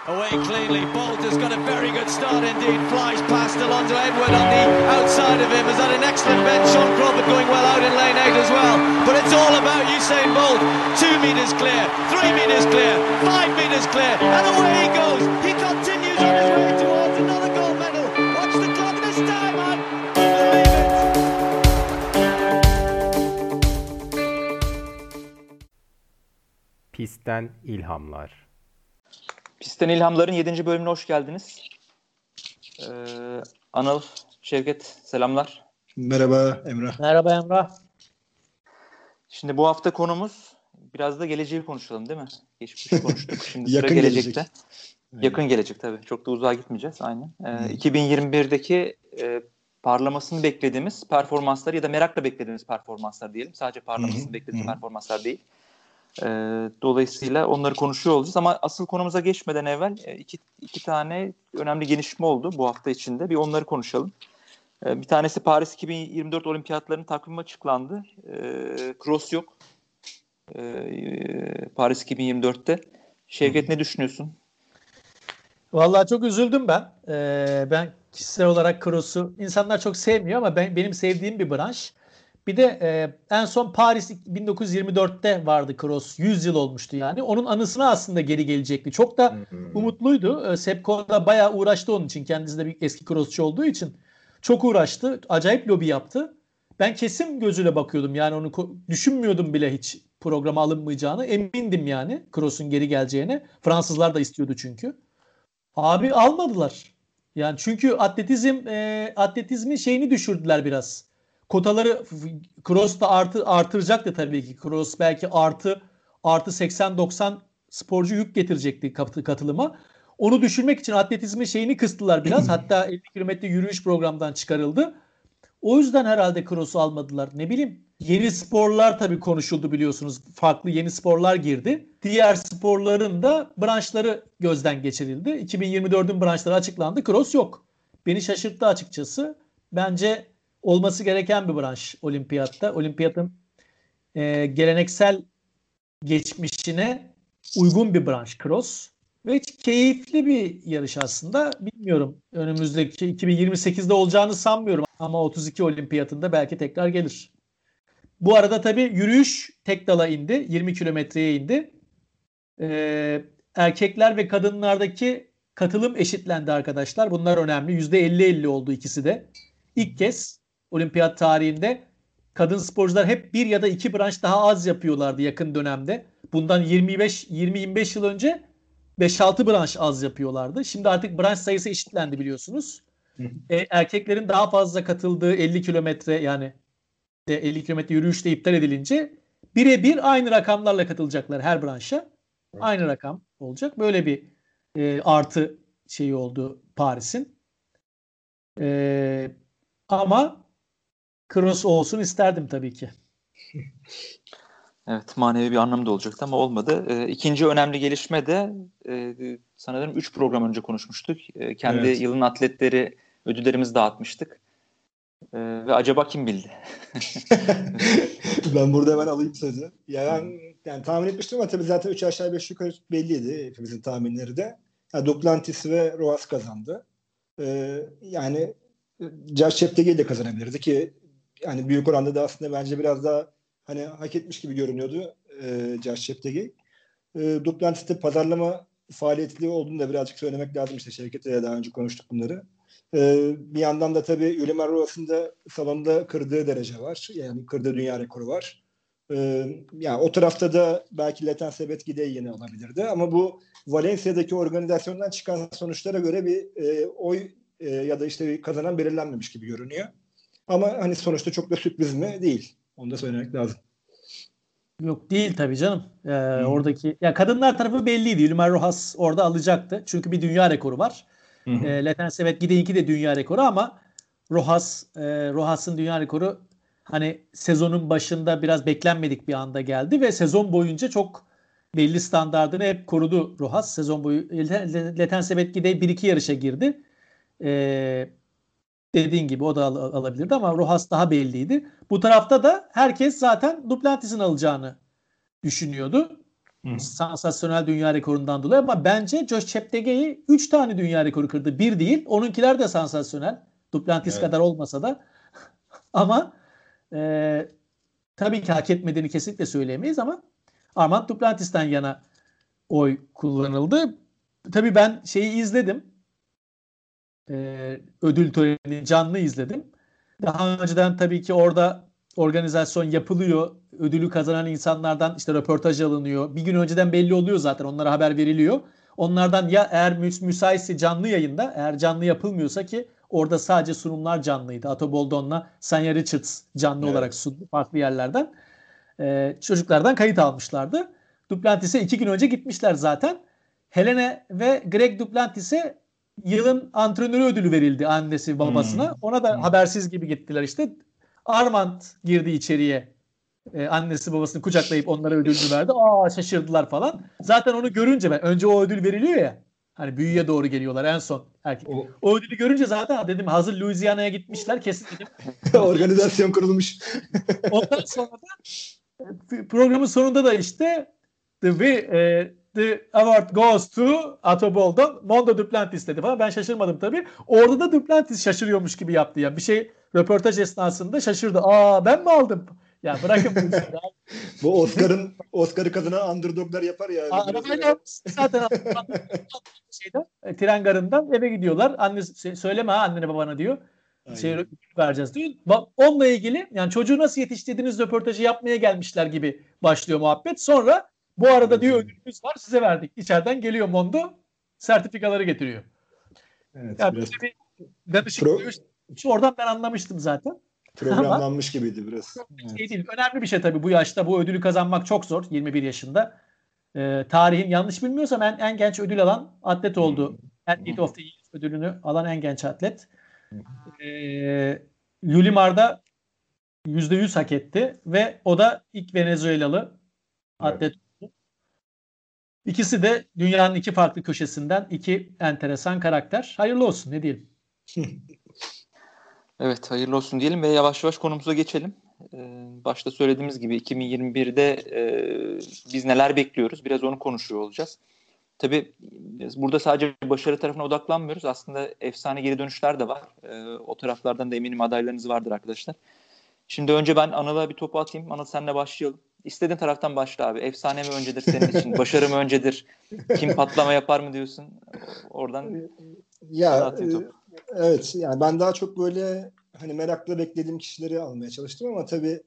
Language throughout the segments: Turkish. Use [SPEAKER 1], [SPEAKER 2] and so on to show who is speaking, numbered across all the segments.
[SPEAKER 1] Away cleanly, Bolt has got a very good start indeed, flies past Alonso Edward on the outside of him, has had an excellent bend, Sean Crawford going well out in lane 8 as well, but it's all about Usain Bolt, 2 metres clear, 3 metres clear, 5 metres clear, and away he goes, he continues on his way towards another gold medal, watch the clock this time, I believe it.
[SPEAKER 2] Pistten ilhamlar.
[SPEAKER 3] Pistten İlhamlar'ın 7. bölümüne hoş geldiniz. Anıl, Şevket selamlar.
[SPEAKER 4] Merhaba Emrah.
[SPEAKER 5] Merhaba Emrah.
[SPEAKER 3] Şimdi bu hafta konumuz biraz da geleceği konuşalım değil mi? Geçmiş konuştuk. Şimdi sıra
[SPEAKER 4] Yakın
[SPEAKER 3] gelecekte.
[SPEAKER 4] gelecek.
[SPEAKER 3] Yakın gelecek tabii. Çok da uzağa gitmeyeceğiz. Aynen. 2021'deki parlamasını beklediğimiz performanslar ya da merakla beklediğimiz performanslar diyelim. Sadece parlamasını beklediğimiz performanslar değil. Dolayısıyla onları konuşuyor olacağız ama asıl konumuza geçmeden evvel iki tane önemli gelişme oldu bu hafta içinde. Bir onları konuşalım. Bir tanesi Paris 2024 Olimpiyatlarının takvimi açıklandı. Cross yok. Paris 2024'te. Şevket ne düşünüyorsun?
[SPEAKER 5] Vallahi çok üzüldüm ben. Ben kişisel olarak cross'u insanlar çok sevmiyor ama benim sevdiğim bir branş. Bir de en son Paris 1924'te vardı cross. 100 yıl olmuştu yani. Onun anısına aslında geri gelecekti. Çok da umutluydu. Sepko da bayağı uğraştı onun için. Kendisi de bir eski crossçu olduğu için. Çok uğraştı. Acayip lobi yaptı. Ben kesin gözüyle bakıyordum. Yani onu düşünmüyordum bile hiç programa alınmayacağını. Emindim yani cross'un geri geleceğine. Fransızlar da istiyordu çünkü. Abi almadılar. Yani çünkü atletizmin şeyini düşürdüler biraz. Kotaları cross da artıracaktı tabii ki. Cross belki artı 80-90 sporcu yük getirecekti katılıma. Onu düşürmek için atletizmin şeyini kıstılar biraz. Hatta 50 kilometre yürüyüş programdan çıkarıldı. O yüzden herhalde cross'u almadılar. Ne bileyim. Yeni sporlar tabii konuşuldu biliyorsunuz. Farklı yeni sporlar girdi. Diğer sporların da branşları gözden geçirildi. 2024'ün branşları açıklandı. Cross yok. Beni şaşırttı açıkçası. Bence olması gereken bir branş olimpiyatta. Olimpiyatın geleneksel geçmişine uygun bir branş cross. Ve keyifli bir yarış aslında. Bilmiyorum. Önümüzdeki 2028'de olacağını sanmıyorum. Ama 32 olimpiyatında belki tekrar gelir. Bu arada tabii yürüyüş tek dala indi. 20 kilometreye indi. Erkekler ve kadınlardaki katılım eşitlendi arkadaşlar. Bunlar önemli. %50-50 oldu ikisi de. İlk kez olimpiyat tarihinde kadın sporcular hep bir ya da iki branş daha az yapıyorlardı yakın dönemde. Bundan 20-25 yıl önce 5-6 branş az yapıyorlardı. Şimdi artık branş sayısı eşitlendi biliyorsunuz. Erkeklerin daha fazla katıldığı 50 kilometre yani 50 kilometre yürüyüş de iptal edilince birebir aynı rakamlarla katılacaklar her branşa. Aynı rakam olacak. Böyle bir artı şeyi oldu Paris'in. Ama cross olsun isterdim tabii ki.
[SPEAKER 3] Evet, manevi bir anlamı da olacaktı ama olmadı. İkinci önemli gelişme de sanırım 3 program önce konuşmuştuk. Kendi yılın atletleri ödüllerimizi dağıtmıştık. Ve acaba kim bildi?
[SPEAKER 4] Ben burada hemen alayım sözü. Yani tahmin etmiştim ama tabii zaten 3 aşağı 5 yukarı belliydi hepimizin tahminleri de. Yani Duplantis ve Roas kazandı. Yani Josh Cheptegei de kazanabilirdi ki yani büyük oranda da aslında bence biraz daha hani hak etmiş gibi görünüyordu Josh Cheptegei. Duplantis'te pazarlama faaliyetli olduğunu da birazcık söylemek lazım. İşte Şevket'le daha önce konuştuk bunları. Bir yandan da tabii Yulimar Roas'ın da salonda kırdığı derece var. Yani kırdığı dünya rekoru var. Yani o tarafta da belki Leten Sebet-Gidey yine olabilirdi. Ama bu Valencia'daki organizasyondan çıkan sonuçlara göre bir oy ya da işte bir kazanan belirlenmemiş gibi görünüyor. Ama hani sonuçta çok da sürpriz mi? Değil. Onu da söylemek lazım.
[SPEAKER 5] Yok değil tabii canım. Oradaki ya kadınlar tarafı belliydi. Yulimar Rojas orada alacaktı. Çünkü bir dünya rekoru var. Leten Sebet-Gidey'inki de dünya rekoru ama Rojas'ın dünya rekoru hani sezonun başında biraz beklenmedik bir anda geldi ve sezon boyunca çok belli standardını hep korudu Rojas. Sezon boyu Leten Sebet-Gidey 1-2 yarışa girdi. Dediğin gibi o da alabilirdi ama Rojas daha belliydi. Bu tarafta da herkes zaten Duplantis'in alacağını düşünüyordu. Sansasyonel dünya rekorundan dolayı ama bence Josh Cheptegei 3 tane dünya rekoru kırdı. Bir değil. Onunkiler de sansasyonel. Duplantis kadar olmasa da. Ama tabii ki hak etmediğini kesinlikle söyleyemeyiz ama Armand Duplantis'ten yana oy kullanıldı. Tabii ben şeyi izledim. Ödül törenini canlı izledim. Daha önceden tabii ki orada organizasyon yapılıyor. Ödülü kazanan insanlardan işte röportaj alınıyor. Bir gün önceden belli oluyor zaten. Onlara haber veriliyor. Onlardan ya eğer müsaitse canlı yayında, eğer canlı yapılmıyorsa ki orada sadece sunumlar canlıydı. Ato Boldon'la Sanya Richards canlı olarak sundu farklı yerlerden. Çocuklardan kayıt almışlardı. Duplantis'e 2 gün önce gitmişler zaten. Helena ve Greg Duplantis'e yılın antrenörü ödülü verildi annesi babasına. Ona da habersiz gibi gittiler işte. Armand girdi içeriye. Annesi babasını kucaklayıp onlara ödülünü verdi. Şaşırdılar falan. Zaten onu görünce ben önce o ödül veriliyor ya. Hani büyüye doğru geliyorlar en son erkek. O ödülü görünce zaten dedim hazır Louisiana'ya gitmişler kesin dedim.
[SPEAKER 4] Organizasyon kurulmuş.
[SPEAKER 5] Ondan sonra da programın sonunda da işte the award goes to Ato Boldon, Mondo Duplantis dedi falan. Ben şaşırmadım tabii. Orada da Duplantis şaşırıyormuş gibi yaptı. Yani bir şey röportaj esnasında şaşırdı. Ben mi aldım? Ya bırakın bu işleri.
[SPEAKER 4] Bu Oscar'ı kazanan underdoglar yapar ya.
[SPEAKER 5] Arabayla zaten tren garından eve gidiyorlar. Annesi söyleme annene babana diyor. Vereceğiz diyor. Onunla ilgili yani çocuğu nasıl yetiştirdiğiniz röportajı yapmaya gelmişler gibi başlıyor muhabbet. Sonra bu arada diyor ödülümüz var size verdik. İçeriden geliyor Mondo sertifikaları getiriyor.
[SPEAKER 4] Evet,
[SPEAKER 5] yani biraz bir danışık oradan ben anlamıştım zaten.
[SPEAKER 4] Programlanmış gibiydi biraz.
[SPEAKER 5] Şey değil, önemli bir şey tabii bu yaşta bu ödülü kazanmak çok zor 21 yaşında. Tarihin yanlış bilmiyorsam en genç ödül alan atlet oldu. Athlete of the Year ödülünü alan en genç atlet. Yulimar'da %100 hak etti ve o da ilk Venezuelalı atlet oldu. İkisi de dünyanın iki farklı köşesinden iki enteresan karakter. Hayırlı olsun ne diyelim.
[SPEAKER 3] Evet hayırlı olsun diyelim ve yavaş yavaş konumuza geçelim. Başta söylediğimiz gibi 2021'de biz neler bekliyoruz? Biraz onu konuşuyor olacağız. Tabii burada sadece başarı tarafına odaklanmıyoruz. Aslında efsane geri dönüşler de var. O taraflardan da eminim adaylarınız vardır arkadaşlar. Şimdi önce ben Anıl'a bir topu atayım. Anıl senle başlayalım. İstediğin taraftan başla abi. Efsane mi öncedir senin için? Başarı mı öncedir? Kim patlama yapar mı diyorsun? Oradan atayım topu.
[SPEAKER 4] Evet yani ben daha çok böyle hani merakla beklediğim kişileri almaya çalıştım ama tabii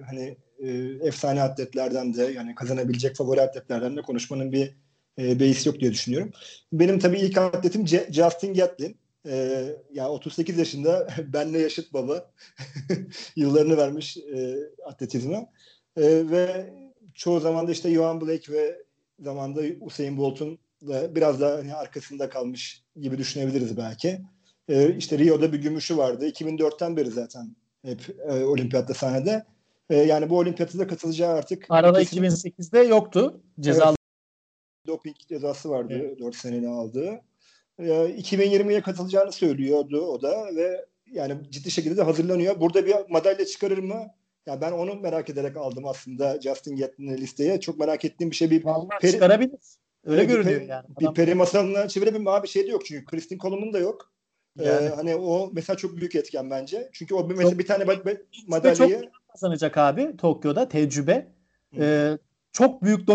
[SPEAKER 4] efsane atletlerden de yani kazanabilecek favori atletlerden de konuşmanın bir beis yok diye düşünüyorum. Benim tabii ilk atletim Justin Gatlin. Yani 38 yaşında benle yaşıt baba yıllarını vermiş atletizme ve çoğu zaman da işte Johan Blake ve zamanda Usain Bolt'un da biraz daha hani arkasında kalmış gibi düşünebiliriz belki. İşte Rio'da bir gümüşü vardı. 2004'ten beri zaten hep olimpiyatta sahnede. Yani bu olimpiyatta da katılacağı artık.
[SPEAKER 5] Arada 2008'de yoktu. Cezalı.
[SPEAKER 4] Evet, doping cezası vardı 4 seneli aldığı. 2020'ye katılacağını söylüyordu o da ve yani ciddi şekilde de hazırlanıyor. Burada bir madalya çıkarır mı? Ya ben onu merak ederek aldım aslında Justin Gatlin'i listeye. Çok merak ettiğim bir şey.
[SPEAKER 5] Çıkarabilir. Öyle görünüyor yani.
[SPEAKER 4] Bir peri masalına çevirebilir mi? Abi şey de yok çünkü. Kristin Coleman da yok. Yani. Hani o mesela çok büyük etken bence. Çünkü o mesela bir tane madalyayı
[SPEAKER 5] çok kazanacak abi Tokyo'da tecrübe. Çok büyük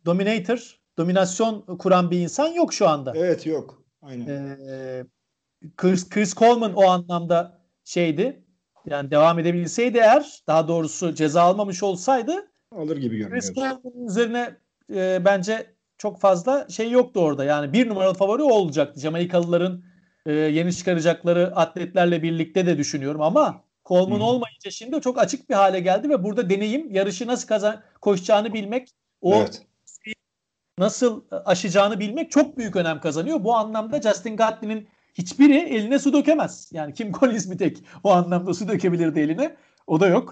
[SPEAKER 5] dominasyon kuran bir insan yok şu anda.
[SPEAKER 4] Evet yok. Aynen.
[SPEAKER 5] Chris Coleman o anlamda şeydi. Yani devam edebilseydi eğer daha doğrusu ceza almamış olsaydı
[SPEAKER 4] alır gibi görünüyor.
[SPEAKER 5] Chris Coleman'ın üzerine bence çok fazla şey yoktu orada. Yani bir numaralı favori o olacaktı. Jamaikalıların yeni çıkaracakları atletlerle birlikte de düşünüyorum ama Coleman olmayınca şimdi çok açık bir hale geldi ve burada deneyim yarışı nasıl koşacağını bilmek nasıl aşacağını bilmek çok büyük önem kazanıyor. Bu anlamda Justin Gatlin'in hiçbiri eline su dökemez. Yani Kim Collins bir tek o anlamda su dökebilirdi eline. O da yok.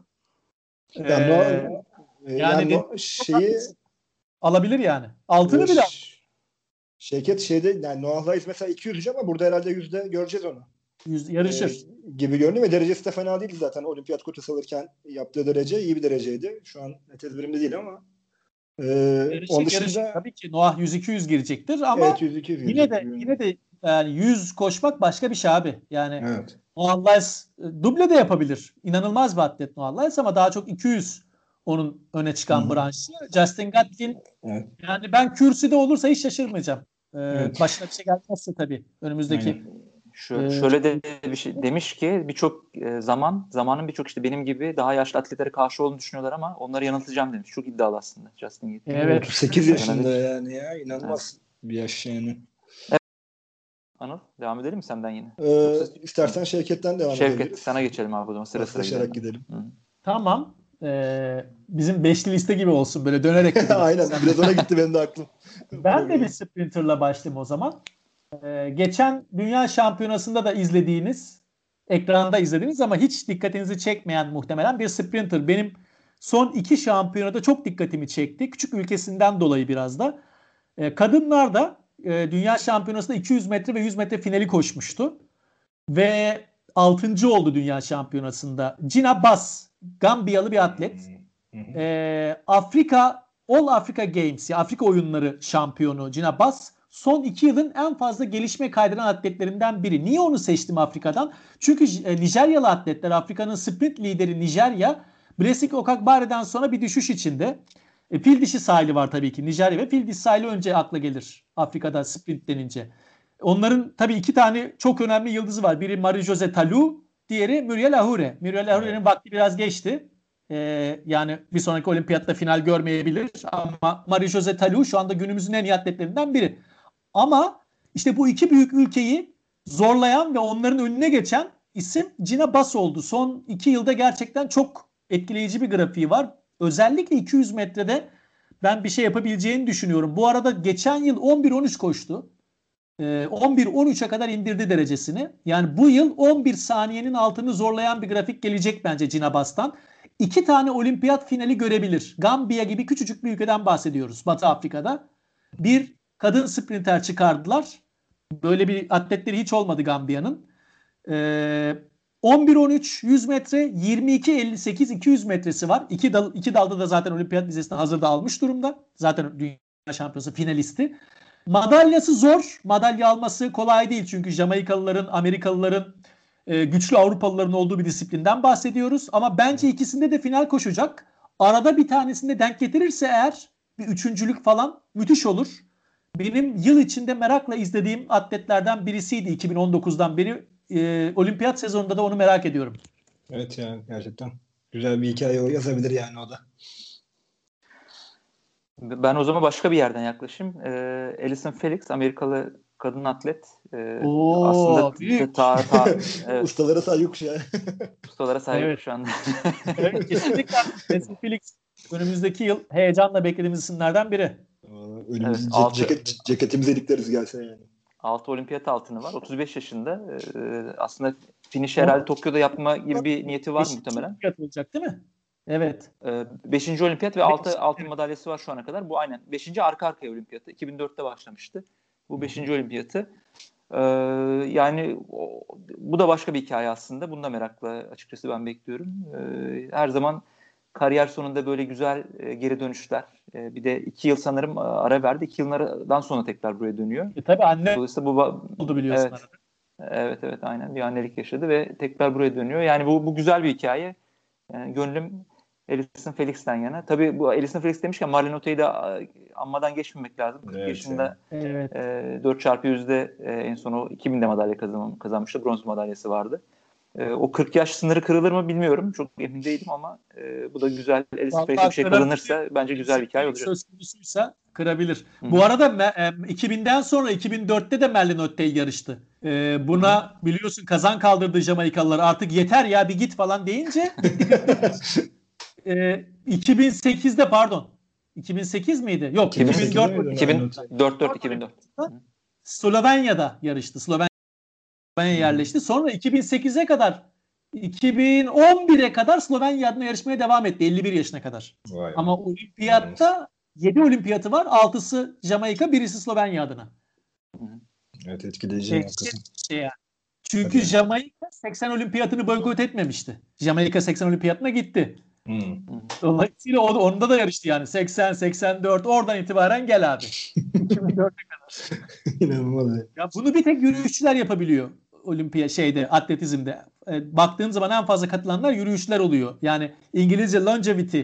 [SPEAKER 5] Yani şeyi alabilir yani. Altını bile
[SPEAKER 4] Şevket yani Noah Lyles mesela 200 ama burada herhalde yüzde göreceğiz onu.
[SPEAKER 5] Yarışır.
[SPEAKER 4] Gibi görünüyor ve derecesi de fena değildi zaten. Olimpiyat kotası alırken yaptığı derece iyi bir dereceydi. Şu an net ezberimde değil ama Onun
[SPEAKER 5] Yarışı
[SPEAKER 4] dışında
[SPEAKER 5] tabii ki Noah 100-200 girecektir ama
[SPEAKER 4] evet 100-200
[SPEAKER 5] yine de yani 100 koşmak başka bir şey abi. Yani
[SPEAKER 4] evet.
[SPEAKER 5] Noah Lyles duble de yapabilir. İnanılmaz bir atlet Noah Lyles ama daha çok 200 onun öne çıkan branşı. Justin Gatlin
[SPEAKER 4] Evet.
[SPEAKER 5] yani ben kürsüde olursa hiç şaşırmayacağım.
[SPEAKER 4] Evet.
[SPEAKER 5] Başına bir şey gelmezse tabii önümüzdeki
[SPEAKER 4] Aynen.
[SPEAKER 3] Şöyle de bir şey demiş ki birçok zamanın birçok işte benim gibi daha yaşlı atletlere karşı olduğunu düşünüyorlar ama onları yanıltacağım demiş. Çok iddialı aslında Justin Gatlin.
[SPEAKER 5] Evet.
[SPEAKER 4] 38 yaşında yani ya inanılmaz bir yaş yani.
[SPEAKER 3] Anıl devam edelim mi senden yine?
[SPEAKER 4] İstersen Şevket'ten devam
[SPEAKER 3] Şevket
[SPEAKER 4] edebiliriz.
[SPEAKER 3] sana geçelim abi o zaman sıra
[SPEAKER 4] Paslaşarak
[SPEAKER 3] gidelim.
[SPEAKER 4] gidelim.
[SPEAKER 5] Tamam. Bizim beşli liste gibi olsun böyle dönerek gidelim.
[SPEAKER 4] Aynen biraz ona gitti benim de aklım.
[SPEAKER 5] Ben de bir sprinterla başlayayım o zaman. Geçen Dünya Şampiyonası'nda da ekranda izlediğiniz ama hiç dikkatinizi çekmeyen muhtemelen bir sprinter. Benim son 2 şampiyonada çok dikkatimi çekti. Küçük ülkesinden dolayı biraz da. Kadınlar da Dünya Şampiyonası'nda 200 metre ve 100 metre finali koşmuştu. Ve 6. oldu Dünya Şampiyonası'nda. Gina Bass, Gambiyalı bir atlet. All Africa Games, ya Afrika oyunları şampiyonu Gina Bass. Son 2 yılın en fazla gelişme kaydıran atletlerinden biri. Niye onu seçtim Afrika'dan? Çünkü Nijeryalı atletler, Afrika'nın sprint lideri Nijerya, Blessing Okakbare'den sonra bir düşüş içinde. Fil dişi sahili var tabii ki. Nijerya ve fil dişi sahili önce akla gelir Afrika'da sprint denince. Onların tabii 2 tane çok önemli yıldızı var. Biri Marie-José Talou, diğeri Muriel Ahure. Muriel Ahure'nin vakti biraz geçti. Yani bir sonraki olimpiyatta final görmeyebilir ama Marie-José Talou şu anda günümüzün en iyi atletlerinden biri. Ama işte bu iki büyük ülkeyi zorlayan ve onların önüne geçen isim Gina Bass oldu. Son 2 yılda gerçekten çok etkileyici bir grafiği var. Özellikle 200 metrede ben bir şey yapabileceğini düşünüyorum. Bu arada geçen yıl 11-13 koştu. 11-13'e kadar indirdi derecesini. Yani bu yıl 11 saniyenin altını zorlayan bir grafik gelecek bence Gina Bass'tan. 2 tane olimpiyat finali görebilir. Gambiya gibi küçücük bir ülkeden bahsediyoruz Batı Afrika'da. Bir kadın sprinter çıkardılar. Böyle bir atletleri hiç olmadı Gambiya'nın. 11-13 100 metre, 22-58 200 metresi var. İki dalda da zaten olimpiyat vizesini hazırda almış durumda. Zaten dünya şampiyonası finalisti. Madalyası zor. Madalya alması kolay değil. Çünkü Jamaikalıların, Amerikalıların, güçlü Avrupalıların olduğu bir disiplinden bahsediyoruz. Ama bence ikisinde de final koşacak. Arada bir tanesinde denk getirirse eğer bir üçüncülük falan müthiş olur. Benim yıl içinde merakla izlediğim atletlerden birisiydi 2019'dan beri. Olimpiyat sezonunda da onu merak ediyorum.
[SPEAKER 4] Evet yani gerçekten güzel bir hikaye yazabilir yani o da.
[SPEAKER 3] Ben o zaman başka bir yerden yaklaşayım. Allyson Felix, Amerikalı kadın atlet. Aslında
[SPEAKER 5] büyük.
[SPEAKER 3] evet.
[SPEAKER 4] Ustalara sahip yani.
[SPEAKER 3] Ustalara sahip
[SPEAKER 5] Evet.
[SPEAKER 3] şu anda.
[SPEAKER 5] Evet, kesinlikle. Allyson Felix önümüzdeki yıl heyecanla beklediğimiz isimlerden biri.
[SPEAKER 4] Önümüz
[SPEAKER 3] Evet,
[SPEAKER 4] ceketimize dikleriz gelse yani.
[SPEAKER 3] 6 olimpiyat altını var. 35 yaşında. Aslında finish herhalde Tokyo'da yapma gibi bir niyeti var muhtemelen.
[SPEAKER 5] Olimpiyat olacak değil mi? Evet.
[SPEAKER 3] 5. olimpiyat ve 6 altın madalyası var şu ana kadar. Bu aynen 5. arka arkaya olimpiyatı. 2004'te başlamıştı. Bu 5. olimpiyatı. Yani bu da başka bir hikaye aslında. Bunu da merakla açıkçası ben bekliyorum. Her zaman kariyer sonunda böyle güzel geri dönüşler. Bir de 2 yıl sanırım ara verdi. 2 yıldan sonra tekrar buraya dönüyor.
[SPEAKER 5] Tabii anne
[SPEAKER 3] Dolayısıyla bu
[SPEAKER 5] oldu biliyorsun.
[SPEAKER 3] Evet. Evet aynen bir annelik yaşadı ve tekrar buraya dönüyor. Yani bu güzel bir hikaye. Yani gönlüm Allyson Felix'ten yana. Tabii bu Allyson Felix demişken Marlene Ottey'i de anmadan geçmemek lazım. 40 yaşında
[SPEAKER 5] evet.
[SPEAKER 3] 4x100'de en son o 2000'de madalya kazanmıştı. Bronz madalyası vardı. O 40 yaş sınırı kırılır mı bilmiyorum. Çok emin değilim ama bu da güzel. Allyson Felix'e bir şey kazanırsa bence güzel bir hikaye olacak.
[SPEAKER 5] Söz konusuysa kırabilir. Hı-hı. Bu arada 2000'den sonra 2004'te de Marlene Ottey yarıştı. Buna biliyorsun kazan kaldırdı Jamaikalılar. Artık yeter ya bir git falan deyince 2008'de pardon. 2008 miydi? Yok
[SPEAKER 3] 2004.
[SPEAKER 5] Slovenya'da yarıştı. Slovenya'ya yerleşti. Sonra 2008'e kadar 2011'e kadar Slovenya adına yarışmaya devam etti 51 yaşına kadar.
[SPEAKER 4] Vay
[SPEAKER 5] ama olimpiyatta 7 olimpiyatı var. 6'sı Jamaika, birisi Slovenya adına.
[SPEAKER 4] Evet etkileyici.
[SPEAKER 5] Çünkü Jamaika 80 olimpiyatını boykot etmemişti. Jamaika 80 olimpiyatına gitti. Dolayısıyla onda da yarıştı yani. 80, 84 oradan itibaren gel abi. 2004'e kadar.
[SPEAKER 4] İnanılmaz.
[SPEAKER 5] Ya bunu bir tek yürüyüşçüler yapabiliyor. Atletizmde. Baktığın zaman en fazla katılanlar yürüyüşler oluyor. Yani İngilizce longevity,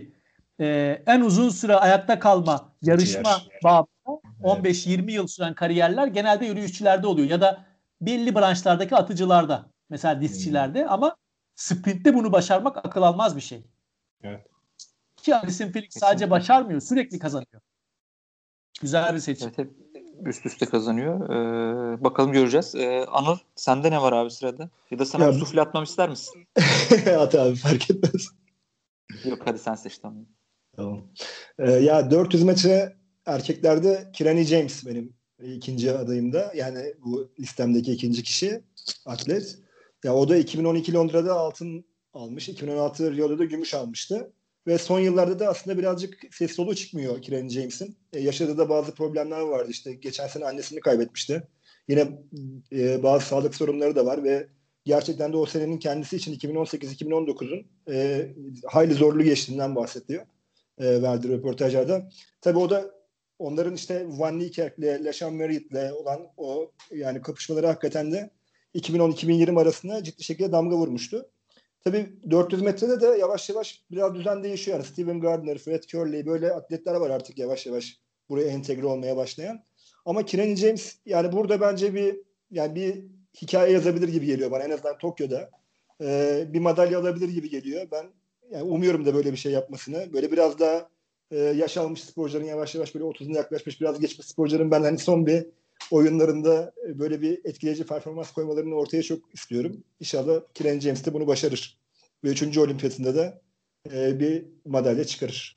[SPEAKER 5] en uzun süre ayakta kalma, yarışma babında 15-20 yıl süren kariyerler genelde yürüyüşçülerde oluyor. Ya da belli branşlardaki atıcılarda. Mesela dizçilerde. Ama sprintte bunu başarmak akıl almaz bir şey.
[SPEAKER 4] Evet.
[SPEAKER 5] Ki Alison Felix sadece başarmıyor. Sürekli kazanıyor. Güzel bir seçim.
[SPEAKER 3] Evet, hep üst üste kazanıyor. Bakalım göreceğiz. Anıl sende ne var abi sırada? Ya da sana bir sufle atmam ister misin?
[SPEAKER 4] At abi, fark etmez.
[SPEAKER 3] Yok, hadi sen seç tamam.
[SPEAKER 4] Tamam. Ya 400 metre erkeklerde Kirani James benim ikinci adayımda. Yani bu listemdeki ikinci kişi atlet. Ya o da 2012 Londra'da altın almış. 2016 Rio'da da gümüş almıştı. Ve son yıllarda da aslında birazcık ses soluğu çıkmıyor Kirani James'in. Yaşadığı da bazı problemler vardı. İşte geçen sene annesini kaybetmişti. Yine bazı sağlık sorunları da var ve gerçekten de o senenin kendisi için 2018-2019'un hayli zorlu geçtiğinden bahsediyor. Verdiği röportajlarda. Tabii o da onların işte Van Niekerk'le, LaShawn Merritt'le olan o yani kapışmaları hakikaten de 2010-2020 arasında ciddi şekilde damga vurmuştu. Tabii 400 metrede de yavaş yavaş biraz düzen değişiyor. Yani Steven Gardner, Fred Kerley böyle atletler var artık yavaş yavaş buraya entegre olmaya başlayan. Ama Kirani James yani burada bence bir hikaye yazabilir gibi geliyor bana. En azından Tokyo'da bir madalya alabilir gibi geliyor. Ben yani umuyorum da böyle bir şey yapmasını. Böyle biraz daha yaş almış sporcuların yavaş yavaş böyle 30'una yaklaşmış biraz geçmiş sporcuların ben hani son bir oyunlarında böyle bir etkileyici performans koymalarını ortaya çok istiyorum. İnşallah Kirani James de bunu başarır. Ve 3. olimpiyatında da bir madalya çıkarır.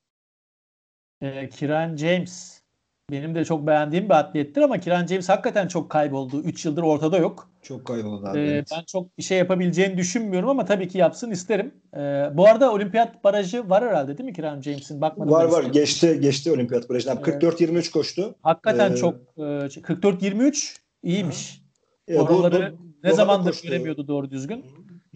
[SPEAKER 5] Kirani James benim de çok beğendiğim bir atlettir ama Kirani James hakikaten çok kayboldu. 3 yıldır ortada yok.
[SPEAKER 4] Çok kayboldu abi. Evet.
[SPEAKER 5] Ben çok bir şey yapabileceğini düşünmüyorum ama tabii ki yapsın isterim. Bu arada olimpiyat barajı var herhalde değil mi Kirani James'in? Bakmadım.
[SPEAKER 4] Var. Geçti olimpiyat barajından. 44-23 koştu.
[SPEAKER 5] Hakikaten çok 44-23 iyiymiş. Oraları ne zamandır göremiyordu doğru düzgün.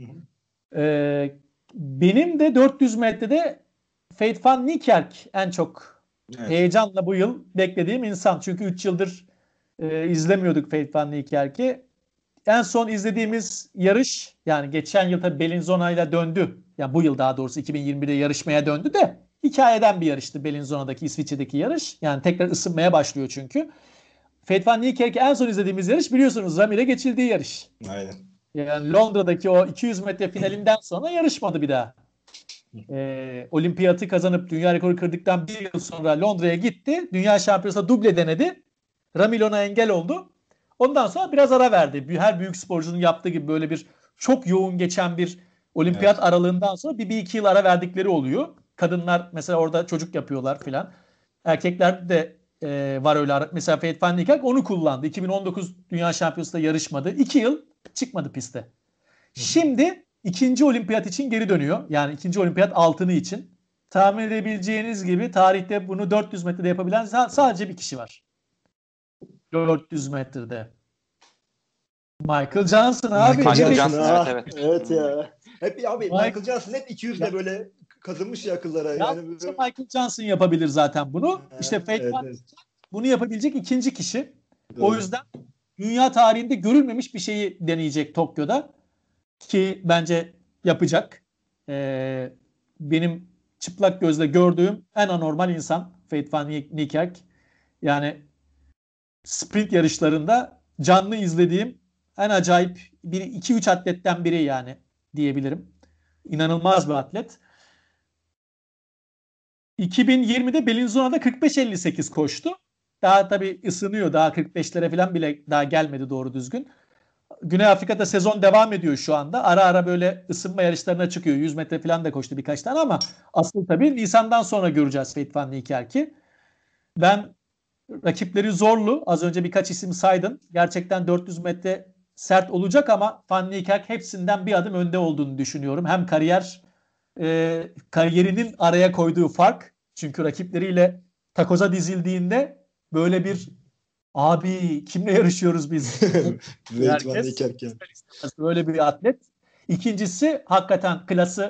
[SPEAKER 5] Benim de 400 metrede Feit van Niekerk en çok heyecanla bu yıl beklediğim insan. Çünkü 3 yıldır izlemiyorduk Feit van Niekerk'i. En son izlediğimiz yarış yani geçen yıl tabii Bellinzona'yla döndü. Yani bu yıl daha doğrusu 2021'de yarışmaya döndü de hikayeden bir yarıştı Bellinzona'daki İsviçre'deki yarış. Yani tekrar ısınmaya başlıyor çünkü. Feit van Niekerk'i en son izlediğimiz yarış biliyorsunuz Ramir'e geçildiği yarış.
[SPEAKER 4] Aynen.
[SPEAKER 5] Yani Londra'daki o 200 metre finalinden sonra yarışmadı bir daha. Olimpiyatı kazanıp dünya rekoru kırdıktan bir yıl sonra Londra'ya gitti. Dünya şampiyonasında duble denedi. Ramil ona engel oldu. Ondan sonra biraz ara verdi. Her büyük sporcunun yaptığı gibi böyle bir çok yoğun geçen bir olimpiyat aralığından sonra bir iki yıl ara verdikleri oluyor. Kadınlar mesela orada çocuk yapıyorlar filan. Erkekler de var öyle. Mesela Feit van Niekerk onu kullandı. 2019 Dünya Şampiyonası'nda yarışmadı. 2 yıl çıkmadı piste. Şimdi ikinci olimpiyat için geri dönüyor. Yani ikinci olimpiyat altını için. Tahmin edebileceğiniz gibi tarihte bunu 400 metrede yapabilen sadece bir kişi var. 400 metrede. Michael Johnson abi.
[SPEAKER 3] Michael Johnson evet.
[SPEAKER 4] Evet ya. Hep abi Michael Johnson hep 200'de böyle kazınmış ya akıllara. Yani
[SPEAKER 5] Michael Johnson yapabilir zaten bunu. İşte Feit van Niekerk bunu yapabilecek ikinci kişi. Doğru. O yüzden dünya tarihinde görülmemiş bir şeyi deneyecek Tokyo'da. Ki bence yapacak. Benim çıplak gözle gördüğüm en anormal insan Feit van Niekerk. Yani sprint yarışlarında canlı izlediğim en acayip 2-3 atletten biri yani diyebilirim. İnanılmaz bir atlet. 2020'de Bellinzona'da 45-58 koştu. Daha tabii ısınıyor. Daha 45'lere falan bile daha gelmedi doğru düzgün. Güney Afrika'da sezon devam ediyor şu anda. Ara ara böyle ısınma yarışlarına çıkıyor. 100 metre falan da koştu birkaç tane ama asıl tabii Nisan'dan sonra göreceğiz Feit van Niekerk'i. Ben rakipleri zorlu. Az önce birkaç isim saydın. Gerçekten 400 metre sert olacak ama Van Niekerk hepsinden bir adım önde olduğunu düşünüyorum. Hem kariyerinin araya koyduğu fark. Çünkü rakipleriyle takoza dizildiğinde böyle bir abi kimle yarışıyoruz biz?
[SPEAKER 4] Feit van Niekerk yani.
[SPEAKER 5] Böyle bir atlet. İkincisi hakikaten klası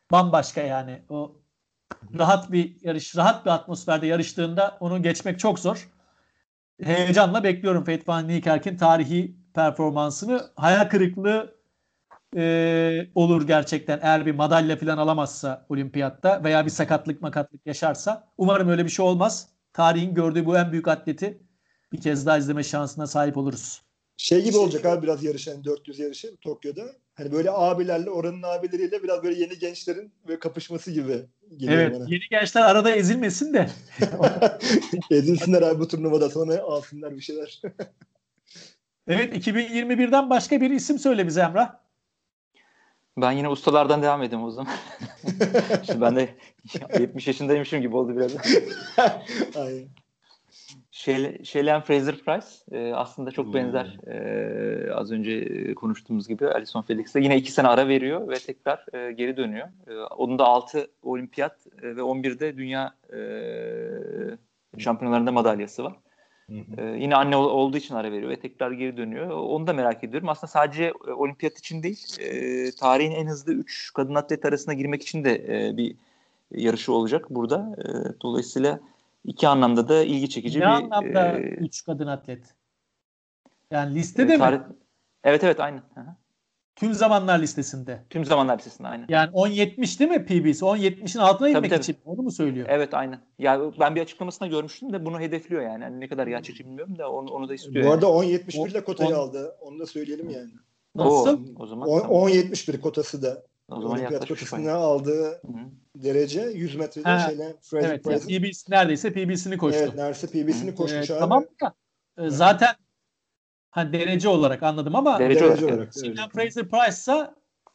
[SPEAKER 5] bambaşka yani. O rahat bir yarış, rahat bir atmosferde yarıştığında onu geçmek çok zor. Heyecanla bekliyorum Fate van Niekerk'in tarihi performansını. Hayal kırıklığı olur gerçekten eğer bir madalya falan alamazsa olimpiyatta veya bir sakatlık yaşarsa. Umarım öyle bir şey olmaz. Tarihin gördüğü bu en büyük atleti bir kez daha izleme şansına sahip oluruz.
[SPEAKER 4] Şey gibi olacak abi biraz yarış, hani 400 yarışı Tokyo'da. Hani böyle abilerle, oranın abileriyle biraz böyle yeni gençlerin böyle kapışması gibi geliyor
[SPEAKER 5] Evet,
[SPEAKER 4] bana.
[SPEAKER 5] yeni gençler arada ezilmesin de.
[SPEAKER 4] Ezilsinler abi bu turnuvada, sonra alsınlar bir şeyler.
[SPEAKER 5] Evet, 2021'den başka bir isim söyle bize Emrah.
[SPEAKER 3] Ben yine ustalardan devam edeyim o zaman. İşte ben de 70 yaşındaymışım gibi oldu biraz.
[SPEAKER 4] Aynen.
[SPEAKER 3] Shelley Fraser-Pryce aslında çok benzer az önce konuştuğumuz gibi Allyson Felix'e yine 2 sene ara veriyor ve tekrar geri dönüyor. Onun da 6 olimpiyat ve 11'de dünya şampiyonlarında madalyası var. Yine anne olduğu için ara veriyor ve tekrar geri dönüyor. Onu da merak ediyorum. Aslında sadece olimpiyat için değil, tarihin en hızlı 3 kadın atlet arasına girmek için de bir yarışı olacak burada. Dolayısıyla iki anlamda da ilgi çekici
[SPEAKER 5] Ne
[SPEAKER 3] bir
[SPEAKER 5] anlamda 3 kadın atlet? Yani listede
[SPEAKER 3] tarih.
[SPEAKER 5] mi?
[SPEAKER 3] Evet aynen. Hı-hı.
[SPEAKER 5] Tüm zamanlar listesinde.
[SPEAKER 3] Tüm zamanlar listesinde aynen.
[SPEAKER 5] Yani 10.70 değil mi PB'si? 10.70'in altına inmek
[SPEAKER 3] Tabii.
[SPEAKER 5] için onu mu söylüyor?
[SPEAKER 3] Evet aynen. Ya ben bir açıklamasında görmüştüm de bunu hedefliyor yani. Yani ne kadar gerçekçi bilmiyorum da onu da istiyor
[SPEAKER 4] Bu
[SPEAKER 3] yani.
[SPEAKER 4] arada 10.71 ile kotayı aldı. Onu da söyleyelim yani.
[SPEAKER 5] Nasıl?
[SPEAKER 3] O zaman
[SPEAKER 4] 10.71 kotası da.
[SPEAKER 3] o zaman
[SPEAKER 4] Olimpiyat
[SPEAKER 3] yaklaşmış
[SPEAKER 4] kotasına
[SPEAKER 3] bayağı.
[SPEAKER 4] aldığı derece 100 metrede
[SPEAKER 5] Ha,
[SPEAKER 4] Shelley
[SPEAKER 5] evet, yani
[SPEAKER 4] Fraser-Pryce'ın.
[SPEAKER 5] neredeyse PB'sini koştu.
[SPEAKER 4] Evet, neredeyse PB'sini koşmuş abi.
[SPEAKER 5] Tamam da zaten hani derece olarak anladım ama
[SPEAKER 3] Derece
[SPEAKER 4] olarak.
[SPEAKER 3] Evet.
[SPEAKER 5] Shelley Fraser-Pryce'sa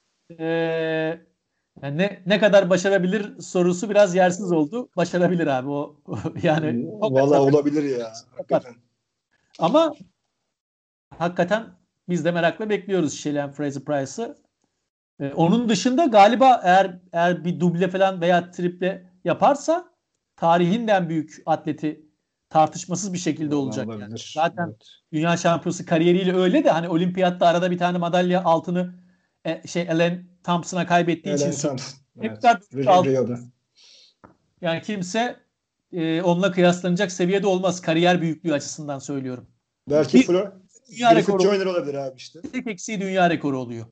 [SPEAKER 5] yani ne kadar başarabilir sorusu biraz yersiz oldu. Başarabilir abi o yani.
[SPEAKER 4] Vallahi olabilir ya. Hakikaten.
[SPEAKER 5] Ama hakikaten biz de merakla bekliyoruz Shelley Fraser-Pryce'ı. Onun dışında galiba eğer bir duble falan veya triple yaparsa tarihin en büyük atleti tartışmasız bir şekilde olacak. Yani. Zaten dünya şampiyonası kariyeriyle öyle de hani olimpiyatta arada bir tane madalya altını Ellen Thompson'a kaybettiği için
[SPEAKER 4] Rio'da.
[SPEAKER 5] Yani kimse onunla kıyaslanacak seviyede olmaz. Kariyer büyüklüğü açısından söylüyorum.
[SPEAKER 4] Belki
[SPEAKER 5] dünya rekoru
[SPEAKER 4] Joyner olabilir abi işte.
[SPEAKER 5] Tek eksiği dünya rekoru oluyor.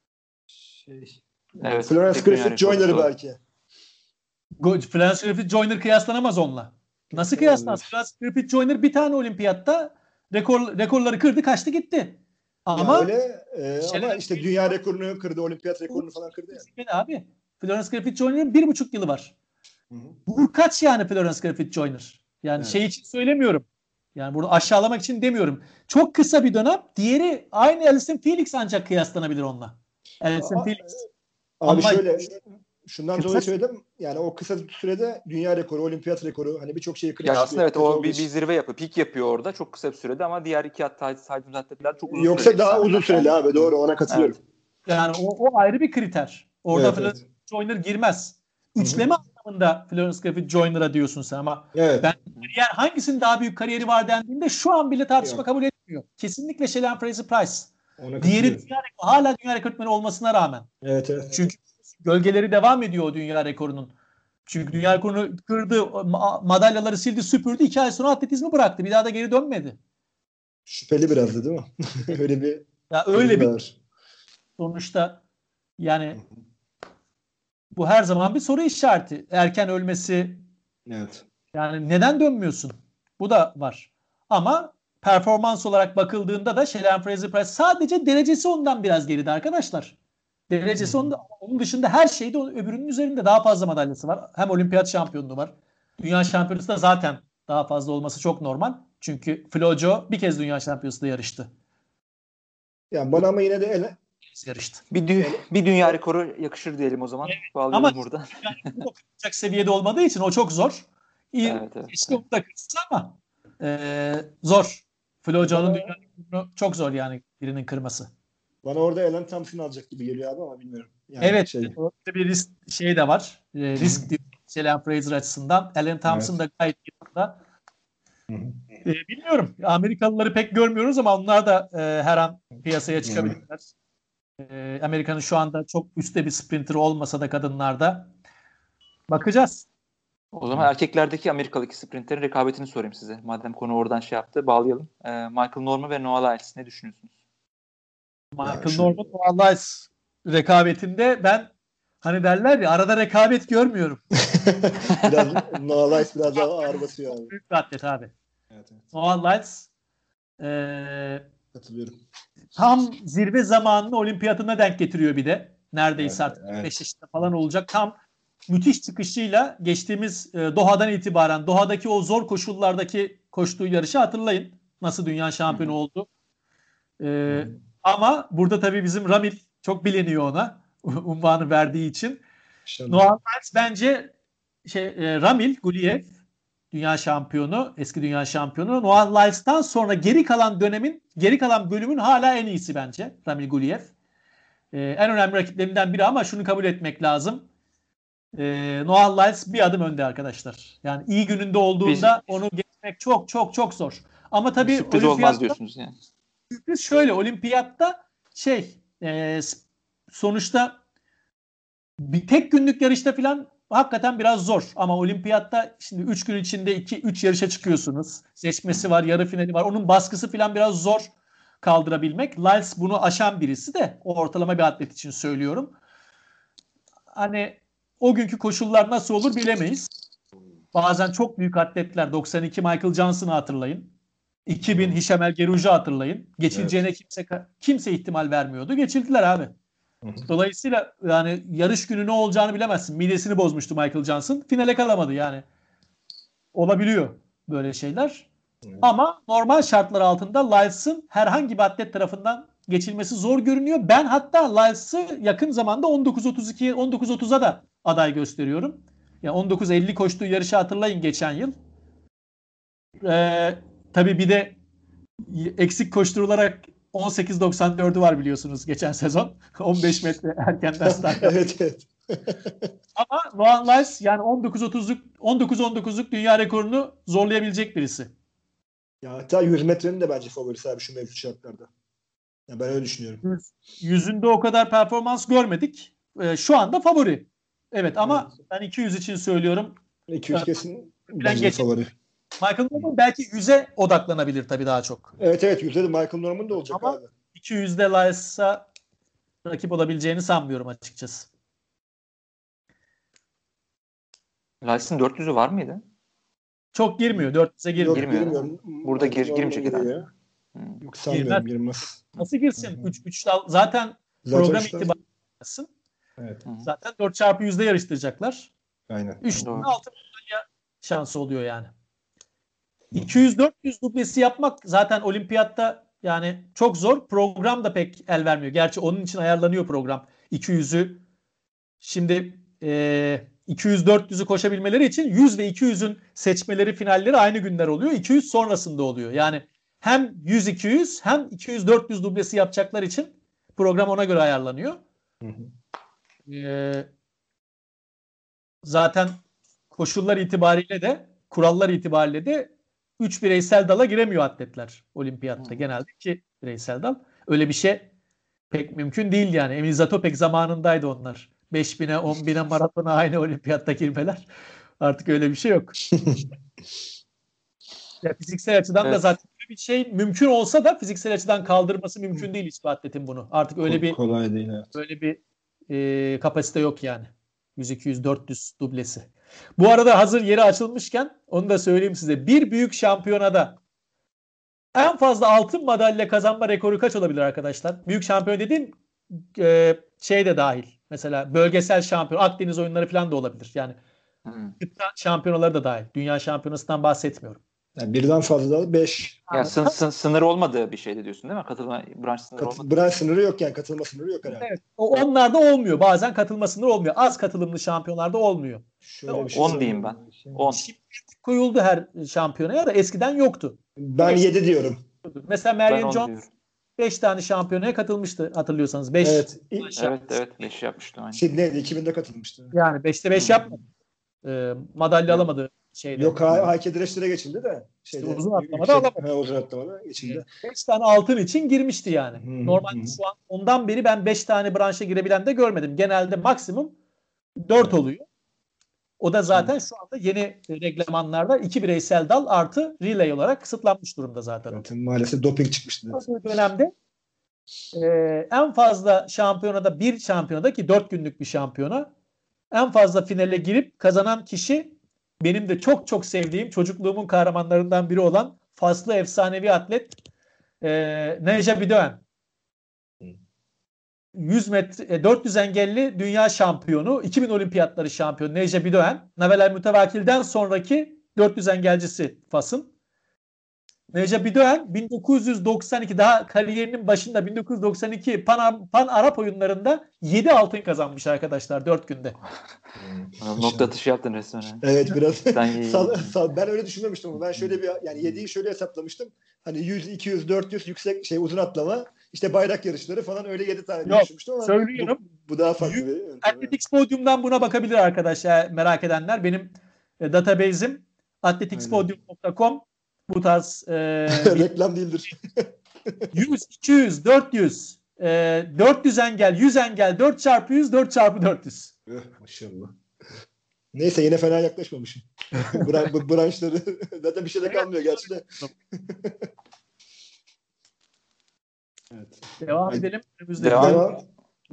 [SPEAKER 3] Evet.
[SPEAKER 4] Florence Griffith Joyner'ı belki.
[SPEAKER 5] Florence Griffith Joyner kıyaslanamaz onunla. Nasıl kıyaslanmaz? Florence Griffith Joyner bir tane olimpiyatta rekorları kırdı, kaçtı gitti. Ama
[SPEAKER 4] ya öyle ama işte dünya rekorunu kırdı, olimpiyat rekorunu falan kırdı yani.
[SPEAKER 5] Abi Florence Griffith Joyner'ın 1,5 yılı var. Bu kaç yani Florence Griffith Joyner? Yani şey için söylemiyorum. Yani burada aşağılamak için demiyorum. Çok kısa bir dönem. Diğeri aynı Allyson Felix ancak kıyaslanabilir onunla. Allyson Felix.
[SPEAKER 4] Abi şöyle şundan dolayı söyledim. Yani o kısa sürede dünya rekoru, olimpiyat rekoru, hani birçok şeyi kırmış.
[SPEAKER 3] Ya aslında evet o bir zirve yapıyor. Pik yapıyor orada çok kısa bir sürede ama diğer iki saydığımız atletler çok uzun
[SPEAKER 4] Yoksa daha uzun süreli abi. Doğru, ona katılıyorum.
[SPEAKER 5] Evet. Yani o ayrı bir kriter. Orada Florence Joyner girmez. Üçleme anlamında Florence Griffith Joyner'a diyorsun sen ama ben hangisinin daha büyük kariyeri var dendiğinde şu an bile tartışma kabul etmiyor. Kesinlikle Shelley Fraser-Pryce. Diğeri hala dünya rekortmeni olmasına rağmen.
[SPEAKER 4] Evet.
[SPEAKER 5] Çünkü gölgeleri devam ediyor o dünya rekorunun. Çünkü dünya rekorunu kırdı, madalyaları sildi, süpürdü. 2 ay sonra atletizmi bıraktı. Bir daha da geri dönmedi.
[SPEAKER 4] Şüpheli biraz da değil mi?
[SPEAKER 5] öyle bir sonuçta yani bu her zaman bir soru işareti. Erken ölmesi.
[SPEAKER 4] Evet.
[SPEAKER 5] Yani neden dönmüyorsun? Bu da var. Ama performans olarak bakıldığında da Shelley Fraser-Pryce sadece derecesi ondan biraz geride arkadaşlar. Derecesi onun dışında her şeyde öbürünün üzerinde daha fazla madalyası var. Hem olimpiyat şampiyonluğu var. Dünya şampiyonası da zaten daha fazla olması çok normal. Çünkü Flojo bir kez dünya şampiyonasında yarıştı.
[SPEAKER 4] Yani bana ama yine de
[SPEAKER 5] yarıştı.
[SPEAKER 3] Bir dünya rekoru yakışır diyelim o zaman.
[SPEAKER 5] Ama
[SPEAKER 3] burada.
[SPEAKER 5] Kıracak seviyede olmadığı için o çok zor.
[SPEAKER 3] Evet.
[SPEAKER 5] İşte onu da kırsın ama zor. Flojo'nun dünya rekorunu çok zor yani birinin kırması.
[SPEAKER 4] Bana orada Ellen Thompson alacak gibi geliyor abi ama bilmiyorum. Yani
[SPEAKER 5] evet. Orada bir risk de var. Risk diyor Shelley Fraser açısından. Ellen Thompson da gayet iyi durumda. Bilmiyorum. Amerikalıları pek görmüyoruz ama onlar da her an piyasaya çıkabilirler. Amerika'nın şu anda çok üstte bir sprinter olmasa da kadınlarda. Bakacağız.
[SPEAKER 3] O zaman erkeklerdeki Amerikalı iki sprinterin rekabetini sorayım size. Madem konu oradan şey yaptı, bağlayalım. Michael Norman ve Noah Lyles ne düşünüyorsunuz?
[SPEAKER 5] Michael Norman, Noah Lyles rekabetinde ben hani derler ya arada rekabet görmüyorum.
[SPEAKER 4] biraz Noah Lyles biraz daha ağır basıyor abi.
[SPEAKER 5] Büyük bir atlet abi.
[SPEAKER 4] Evet.
[SPEAKER 5] Noah Lyles
[SPEAKER 4] katılıyorum.
[SPEAKER 5] Tam zirve zamanını olimpiyatına denk getiriyor bir de. Neredeyse
[SPEAKER 4] Evet,
[SPEAKER 5] artık
[SPEAKER 4] evet.
[SPEAKER 5] 5 yaşında falan olacak. Tam müthiş çıkışıyla geçtiğimiz Doha'dan itibaren Doha'daki o zor koşullardaki koştuğu yarışı hatırlayın. Nasıl dünya şampiyonu oldu. Ama burada tabii bizim Ramil çok biliniyor ona. Unvanı verdiği için. Noah Lyles bence Ramil Guliev dünya şampiyonu, eski dünya şampiyonu. Noah Lyles'tan sonra geri kalan bölümün hala en iyisi bence Ramil Guliev. En önemli rakiplerinden biri ama şunu kabul etmek lazım. Noah Lyles bir adım önde arkadaşlar. Yani iyi gününde olduğunda onu geçmek çok çok çok zor. Ama tabii
[SPEAKER 3] sürpriz olmaz diyorsunuz yani.
[SPEAKER 5] Sürpriz şöyle, olimpiyatta sonuçta bir tek günlük yarışta falan hakikaten biraz zor. Ama olimpiyatta şimdi 3 gün içinde 2-3 yarışa çıkıyorsunuz. Seçmesi var, yarı finali var. Onun baskısı falan biraz zor kaldırabilmek. Lyles bunu aşan birisi de o ortalama bir atlet için söylüyorum. Hani o günkü koşullar nasıl olur bilemeyiz. Bazen çok büyük atletler 92 Michael Johnson'ı hatırlayın. 2000 Hisham El Geroux'u hatırlayın. Geçileceğine kimse ihtimal vermiyordu. Geçildiler abi. Dolayısıyla yani yarış günü ne olacağını bilemezsin. Midesini bozmuştu Michael Johnson. Finale kalamadı yani. Olabiliyor böyle şeyler. Ama normal şartlar altında Lyles'ın herhangi bir atlet tarafından geçilmesi zor görünüyor. Ben hatta Lyles'ı yakın zamanda 19.32, 19.30'a da aday gösteriyorum. Yani 19.50 koştuğu yarışı hatırlayın geçen yıl. Tabii bir de eksik koşturularak 18.94'ü var biliyorsunuz geçen sezon. 15 metre erkenden start.
[SPEAKER 4] evet.
[SPEAKER 5] Ama Noah Lyles yani 19.19'luk dünya rekorunu zorlayabilecek birisi.
[SPEAKER 4] Ya hatta 100 metrenin de bence favorisi abi şu mevcut şartlarda. Ya ben öyle düşünüyorum.
[SPEAKER 5] Yüzünde o kadar performans görmedik. Şu anda favori. Evet ama ben 200 için söylüyorum.
[SPEAKER 4] 200 kesin bence favori.
[SPEAKER 5] Michael Norman belki 100'e odaklanabilir tabii daha çok.
[SPEAKER 4] Evet 100'de de Michael Norman da olacak
[SPEAKER 5] ama
[SPEAKER 4] abi.
[SPEAKER 5] 200'de Lyles'a rakip olabileceğini sanmıyorum açıkçası.
[SPEAKER 3] Lyles'ın 400'ü var mıydı?
[SPEAKER 5] Çok girmiyor. 400'e girmiyor.
[SPEAKER 3] Girmiyor. Burada girmeyecek herhalde.
[SPEAKER 4] Yok sanmıyorum girmez.
[SPEAKER 5] Nasıl girsin? 3 zaten program itibariyle girsin.
[SPEAKER 4] Evet.
[SPEAKER 5] Zaten 4x100'de yarıştıracaklar.
[SPEAKER 4] Aynen.
[SPEAKER 5] 3 tane altın madalya şansı oluyor yani. 200-400 dublesi yapmak zaten olimpiyatta yani çok zor. Program da pek el vermiyor. Gerçi onun için ayarlanıyor program. 200'ü şimdi 200-400'ü koşabilmeleri için 100 ve 200'ün seçmeleri finalleri aynı günler oluyor. 200 sonrasında oluyor. Yani hem 100-200 hem 200-400 dublesi yapacaklar için program ona göre ayarlanıyor. Zaten koşullar itibariyle de kurallar itibariyle de 3 bireysel dala giremiyor atletler olimpiyatta. Genelde 2 bireysel dal. Öyle bir şey pek mümkün değil yani. Emil Zatopek zamanındaydı onlar. 5000'e 10.000'e maratona aynı olimpiyatta girmeler. Artık öyle bir şey yok. Ya fiziksel açıdan da zaten bir şey mümkün olsa da fiziksel açıdan kaldırması mümkün değil hiçbir atletin bunu. Artık öyle bir
[SPEAKER 4] kolay değil. Evet.
[SPEAKER 5] Böyle bir kapasite yok yani. 100-200-400 dublesi. Bu arada hazır yeri açılmışken onu da söyleyeyim size. Bir büyük şampiyonada en fazla altın madalya kazanma rekoru kaç olabilir arkadaşlar? Büyük şampiyon dediğim şey de dahil. Mesela bölgesel şampiyon, Akdeniz oyunları falan da olabilir. Yani şampiyonaları da dahil. Dünya şampiyonasından bahsetmiyorum.
[SPEAKER 4] Yani birden fazla da 5.
[SPEAKER 3] Ya sınır olmadığı bir şeydi diyorsun değil mi? Katılma branş sınırı olmadı.
[SPEAKER 4] Branş sınırı yok yani katılma sınırı yok herhalde.
[SPEAKER 5] Evet. Onlarda olmuyor. Bazen katılma sınırı olmuyor. Az katılımlı şampiyonlarda olmuyor.
[SPEAKER 4] Şöyle bir şey
[SPEAKER 3] 10 diyeyim ben. 10.
[SPEAKER 5] Şimdi koyuldu her şampiyonaya da eskiden yoktu.
[SPEAKER 4] Ben 7 diyorum.
[SPEAKER 5] Mesela Marion Jones 5 tane şampiyonaya katılmıştı hatırlıyorsanız. 5.
[SPEAKER 4] Evet.
[SPEAKER 3] Evet 5 yapmıştı.
[SPEAKER 4] Sydney'de 2000'de katılmıştı.
[SPEAKER 5] Yani 5'te 5 yapmadı. Madalya alamadı şeyde.
[SPEAKER 4] Yok hareket direşlere geçildi de.
[SPEAKER 5] İşte uzun atlamada alamadı.
[SPEAKER 4] Uzun atlamada geçildi.
[SPEAKER 5] 5 tane altın için girmişti yani.
[SPEAKER 4] Hı,
[SPEAKER 5] Normalde şu an ondan beri ben 5 tane branşa girebilen de görmedim. Genelde maksimum 4 oluyor. O da zaten şu anda yeni reglamanlarda 2 bireysel dal artı relay olarak kısıtlanmış durumda zaten.
[SPEAKER 4] Evet, maalesef doping çıkmıştı.
[SPEAKER 5] Bu dönemde en fazla şampiyonada bir şampiyonada ki 4 günlük bir şampiyona en fazla finale girip kazanan kişi benim de çok çok sevdiğim çocukluğumun kahramanlarından biri olan Faslı efsanevi atlet Nejat Bidoğan. 100 metre 400 engelli dünya şampiyonu, 2000 olimpiyatları şampiyonu Nejat Bidoğan. Navel Mütevakil'den sonraki 400 engelcisi Fas'ın. Nejat Bidoğan 1992 daha kariyerinin başında 1992 Pan Arap oyunlarında 7 altın kazanmış arkadaşlar 4 günde.
[SPEAKER 3] Nokta atışı yaptın resmen.
[SPEAKER 4] Evet biraz. Ben öyle düşünmemiştim ama ben şöyle bir yani 7'yi şöyle hesaplamıştım. Hani 100, 200, 400 yüksek uzun atlama, işte bayrak yarışları falan öyle 7 tane düşünmüştüm ama
[SPEAKER 5] söylüyorum.
[SPEAKER 4] Bu daha farklı bir.
[SPEAKER 5] Athletics Podium'dan buna bakabilir arkadaşlar merak edenler. Benim database'im athleticsPodium.com. Bu tarz
[SPEAKER 4] reklam değildir.
[SPEAKER 5] 100, 200, 400 400 engel, 100 engel, 4x100, 4x400.
[SPEAKER 4] Maşallah. Neyse yine fena yaklaşmamışım. Branşları zaten bir şey de kalmıyor gerçi de. Evet.
[SPEAKER 5] Devam edelim.
[SPEAKER 4] Devam.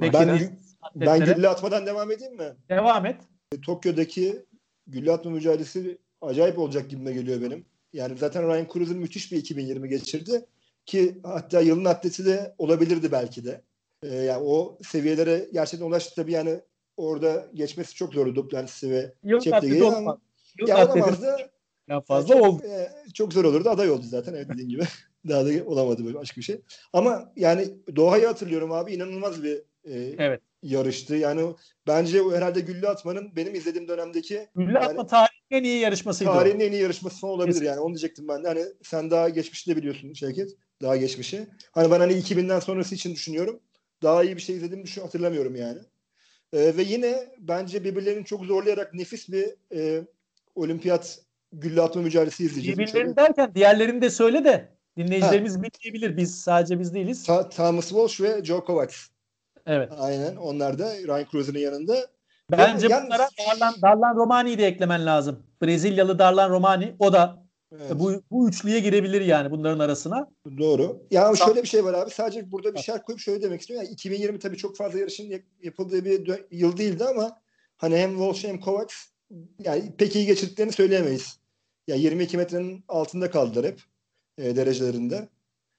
[SPEAKER 4] Ben gülle atmadan devam edeyim mi?
[SPEAKER 5] Devam et.
[SPEAKER 4] Tokyo'daki gülle atma mücadelesi acayip olacak gibime geliyor benim. Yani zaten Ryan Cruz'un müthiş bir 2020 geçirdi ki hatta yılın atleti de olabilirdi belki de. Yani o seviyelere gerçekten ulaştı tabii, yani orada geçmesi çok zordu Duplantisi ve Cheptegei ama olamaz da
[SPEAKER 5] fazla oldu.
[SPEAKER 4] Çok zor olurdu. Aday oldu zaten dediğin gibi. Daha da olamadı böyle başka bir şey. Ama yani Doha'yı hatırlıyorum abi, inanılmaz bir yarıştı. Yani bence herhalde gülle atmanın benim izlediğim dönemdeki
[SPEAKER 5] gülle atma tarihinin en iyi yarışmasıydı.
[SPEAKER 4] Tarihin en iyi yarışması falan olabilir yani. Onu diyecektim ben de. Hani sen daha geçmişi de biliyorsun Şevket. Daha geçmişi. Hani ben 2000'den sonrası için düşünüyorum. Daha iyi bir şey izlediğimi hatırlamıyorum yani. Ve yine bence birbirlerini çok zorlayarak nefis bir olimpiyat gülle atma mücadelesi izleyeceğiz.
[SPEAKER 5] Birbirlerini derken diğerlerini de söyle de dinleyicilerimiz bilmeyebilir. Biz sadece biz değiliz.
[SPEAKER 4] Thomas Walsh ve Joe Kovacs.
[SPEAKER 5] Evet.
[SPEAKER 4] Aynen. Onlar da Ryan Cruz'un yanında.
[SPEAKER 5] Bence bunlara Darlan Romani'yi de eklemen lazım. Brezilyalı Darlan Romani. O da bu üçlüye girebilir yani bunların arasına.
[SPEAKER 4] Doğru. Ya şöyle bir şey var abi. Sadece burada bir şart koyup şöyle demek istiyorum. Yani 2020 tabii çok fazla yarışın yapıldığı bir yıl değildi ama hani hem Walsh hem Kovacs yani pek iyi geçirdiklerini söyleyemeyiz. Ya 22 metrenin altında kaldılar hep derecelerinde.